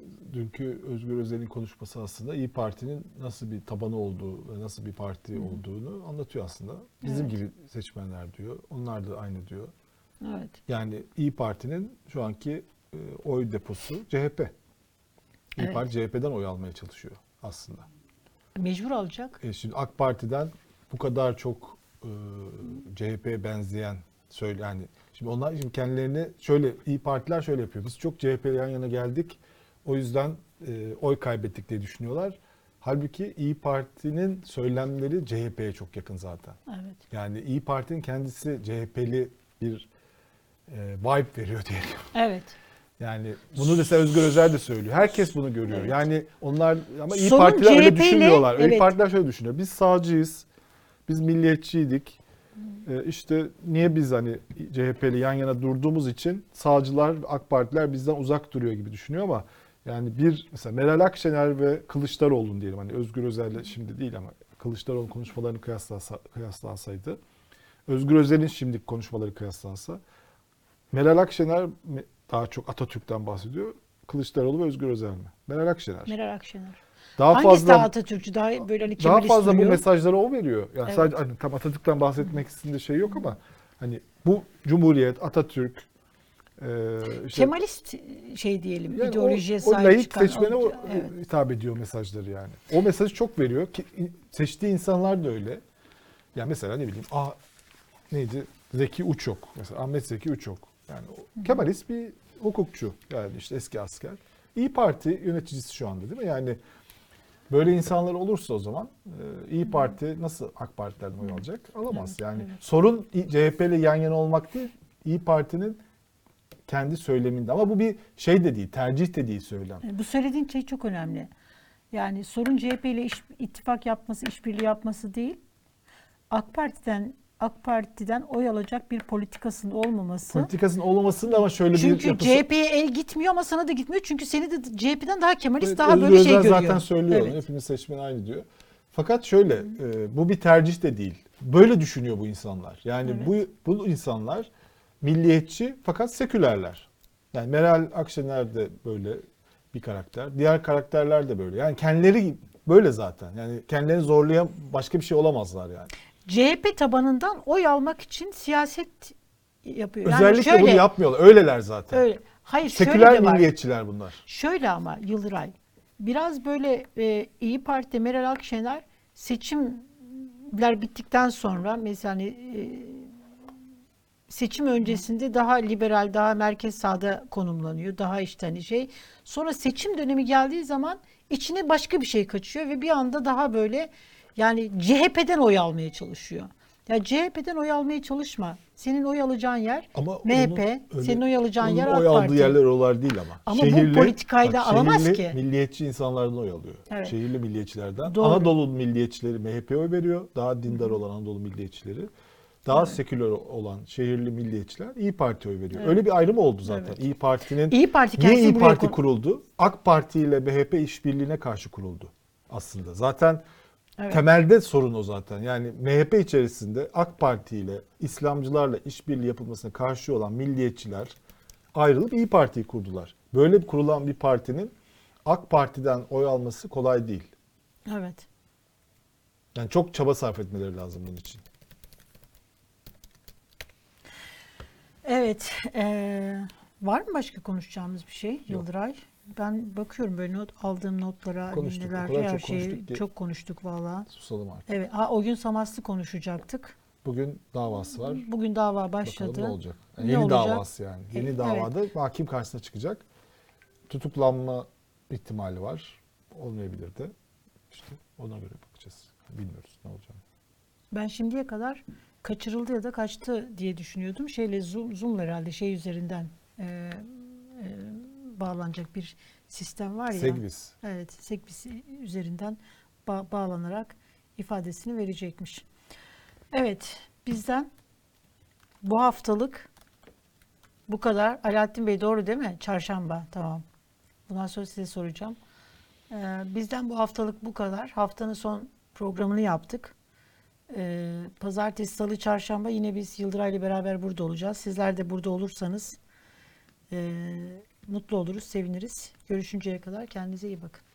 dünkü Özgür Özel'in konuşması aslında İyi Parti'nin nasıl bir tabanı olduğu ve nasıl bir parti Hı. olduğunu anlatıyor aslında. Bizim evet. gibi seçmenler diyor. Onlar da aynı diyor. Evet. Yani İyi Parti'nin şu anki e, oy deposu C H P. İyi evet. Parti C H P'den oy almaya çalışıyor aslında. Mecbur alacak. E şimdi AK Parti'den bu kadar çok e, C H P'ye benzeyen söyle yani şimdi onlar şimdi kendilerini şöyle İyi Partiler şöyle yapıyor. Biz çok C H P'yle yan yana geldik. O yüzden e, oy kaybettik diye düşünüyorlar. Halbuki İyi Parti'nin söylemleri C H P'ye çok yakın zaten. Evet. Yani İyi Parti'nin kendisi C H P'li bir e, vibe veriyor diyelim. Evet. Yani bunu mesela Özgür Özel de söylüyor. Herkes bunu görüyor. Evet. Yani onlar ama İyi Sorun Partiler öyle C H P'yle, düşünmüyorlar. evet. İyi Partiler şöyle düşünüyor. Biz sağcıyız. Biz milliyetçiydik. Ee, işte niye biz hani C H P'li yan yana durduğumuz için sağcılar, AK Partiler bizden uzak duruyor gibi düşünüyor ama yani bir mesela Meral Akşener ve Kılıçdaroğlu'nun diyelim hani Özgür Özel'le şimdi değil ama Kılıçdaroğlu konuşmalarını kıyaslansa, kıyaslansaydı, Özgür Özel'in şimdiki konuşmaları kıyaslansa, Meral Akşener daha çok Atatürk'ten bahsediyor. Kılıçdaroğlu ve Özgür Özel mi? Meral Akşener. Meral Akşener. Daha Hangisi fazla daha Atatürkçü, daha böyle hani daha fazla duruyor? bu mesajları o veriyor. Yani evet. sadece hani tam Atatürk'ten bahsetmek istediğinde şey yok ama hani bu Cumhuriyet, Atatürk, e, işte, Kemalist şey diyelim, yani ideolojiye o, sahip o laik çıkan. seçmene o, evet. hitap ediyor mesajları yani. O mesajı çok veriyor ki seçtiği insanlar da öyle. Yani mesela ne bileyim, ah neydi? Zeki Uçok mesela Ahmet Zeki Uçok. Yani o, Kemalist bir hukukçu yani işte eski asker. İyi Parti yöneticisi şu anda değil mi? Yani böyle insanlar olursa o zaman İyi Parti nasıl AK Parti'lerden oy alacak? Alamaz. Evet, yani evet. sorun C H P ile yan yana olmak değil, İyi Parti'nin kendi söyleminde. Ama bu bir şey de değil, tercih de değil söylem. Bu söylediğin şey çok önemli. Yani sorun C H P ile iş, ittifak yapması, işbirliği yapması değil. AK Parti'den AK Parti'den oy alacak bir politikasının olmaması. Politikasının olmamasının ama şöyle Çünkü bir yapısı. C H P'ye el gitmiyor ama sana da gitmiyor. Çünkü seni de C H P'den daha Kemalist, evet, daha Özgür böyle şey Özel görüyor. zaten söylüyor. Evet. Hepimiz seçmen aynı diyor. Fakat şöyle, e, bu bir tercih de değil. Böyle düşünüyor bu insanlar. Yani Evet. bu bu insanlar milliyetçi fakat sekülerler. Yani Meral Akşener de böyle bir karakter. Diğer karakterler de böyle. Yani kendileri böyle zaten. Yani kendilerini zorlayan başka bir şey olamazlar yani. C H P tabanından oy almak için siyaset yapıyor. Yani Özellikle şöyle, bunu yapmıyorlar. Öyleler zaten. Öyle. Hayır, seküler şöyle de var. milliyetçiler bunlar. Şöyle ama Yıldıray, biraz böyle e, İyi Parti, Meral Akşener seçimler bittikten sonra mesela hani, e, seçim öncesinde daha liberal, daha merkez sağda konumlanıyor. Daha işte hani şey. Sonra seçim dönemi geldiği zaman içine başka bir şey kaçıyor ve bir anda daha böyle yani C H P'den oy almaya çalışıyor. Ya C H P'den oy almaya çalışma. Senin oy alacağın yer ama M H P, öyle, senin oy alacağın yer AK oy Parti. aldığı yerler oralar değil ama. Ama bu politikayı da alamaz şehirli ki. Milliyetçi insanlardan oy alıyor. Evet. Şehirli milliyetçilerden. Doğru. Anadolu milliyetçileri M H P'ye oy veriyor. Daha dindar olan Anadolu milliyetçileri. Daha Evet. seküler olan şehirli milliyetçiler İyi Parti'ye oy veriyor. Evet. Öyle bir ayrım oldu zaten. Evet. İyi Parti'nin İyi Parti niye kendisi İyi buraya Parti kon- kuruldu? AK Parti ile M H P işbirliğine karşı kuruldu aslında. Zaten Evet. temelde sorun o zaten. Yani M H P içerisinde AK Parti ile İslamcılarla işbirliği yapılmasına karşı olan milliyetçiler ayrılıp İyi Parti'yi kurdular. Böyle kurulan bir partinin AK Parti'den oy alması kolay değil. Evet. Yani çok çaba sarf etmeleri lazım bunun için. Evet. eee, var mı başka konuşacağımız bir şey Yıldıray? Ben bakıyorum böyle not, aldığım notlara, Konuştuk, neler, o kadar her çok şeyi konuştuk ki. çok konuştuk valla. Susalım artık. Evet. Ha, o gün Samas'ı konuşacaktık. Bugün davası var. Bugün dava Bakalım başladı. ne olacak. Yani Ne yeni olacak? davası yani. Yeni Evet. davada hakim karşısına çıkacak. Tutuklanma ihtimali var. Olmayabilir de. İşte ona göre bakacağız. Bilmiyoruz ne olacağını. Ben şimdiye kadar kaçırıldı ya da kaçtı diye düşünüyordum. Şeyle Zoom, Zoom'la herhalde şey üzerinden e, e, bağlanacak bir sistem var ya. Segvis. Evet, Segvis üzerinden ba- bağlanarak ifadesini verecekmiş. Evet, bizden bu haftalık bu kadar. Alaaddin Bey doğru değil mi? Çarşamba, tamam. Bundan sonra size soracağım. Ee, bizden bu haftalık bu kadar. Haftanın son programını yaptık. Ee, Pazartesi, Salı, Çarşamba yine biz Yıldıray'la beraber burada olacağız. Sizler de burada olursanız e, mutlu oluruz, seviniriz. Görüşünceye kadar kendinize iyi bakın.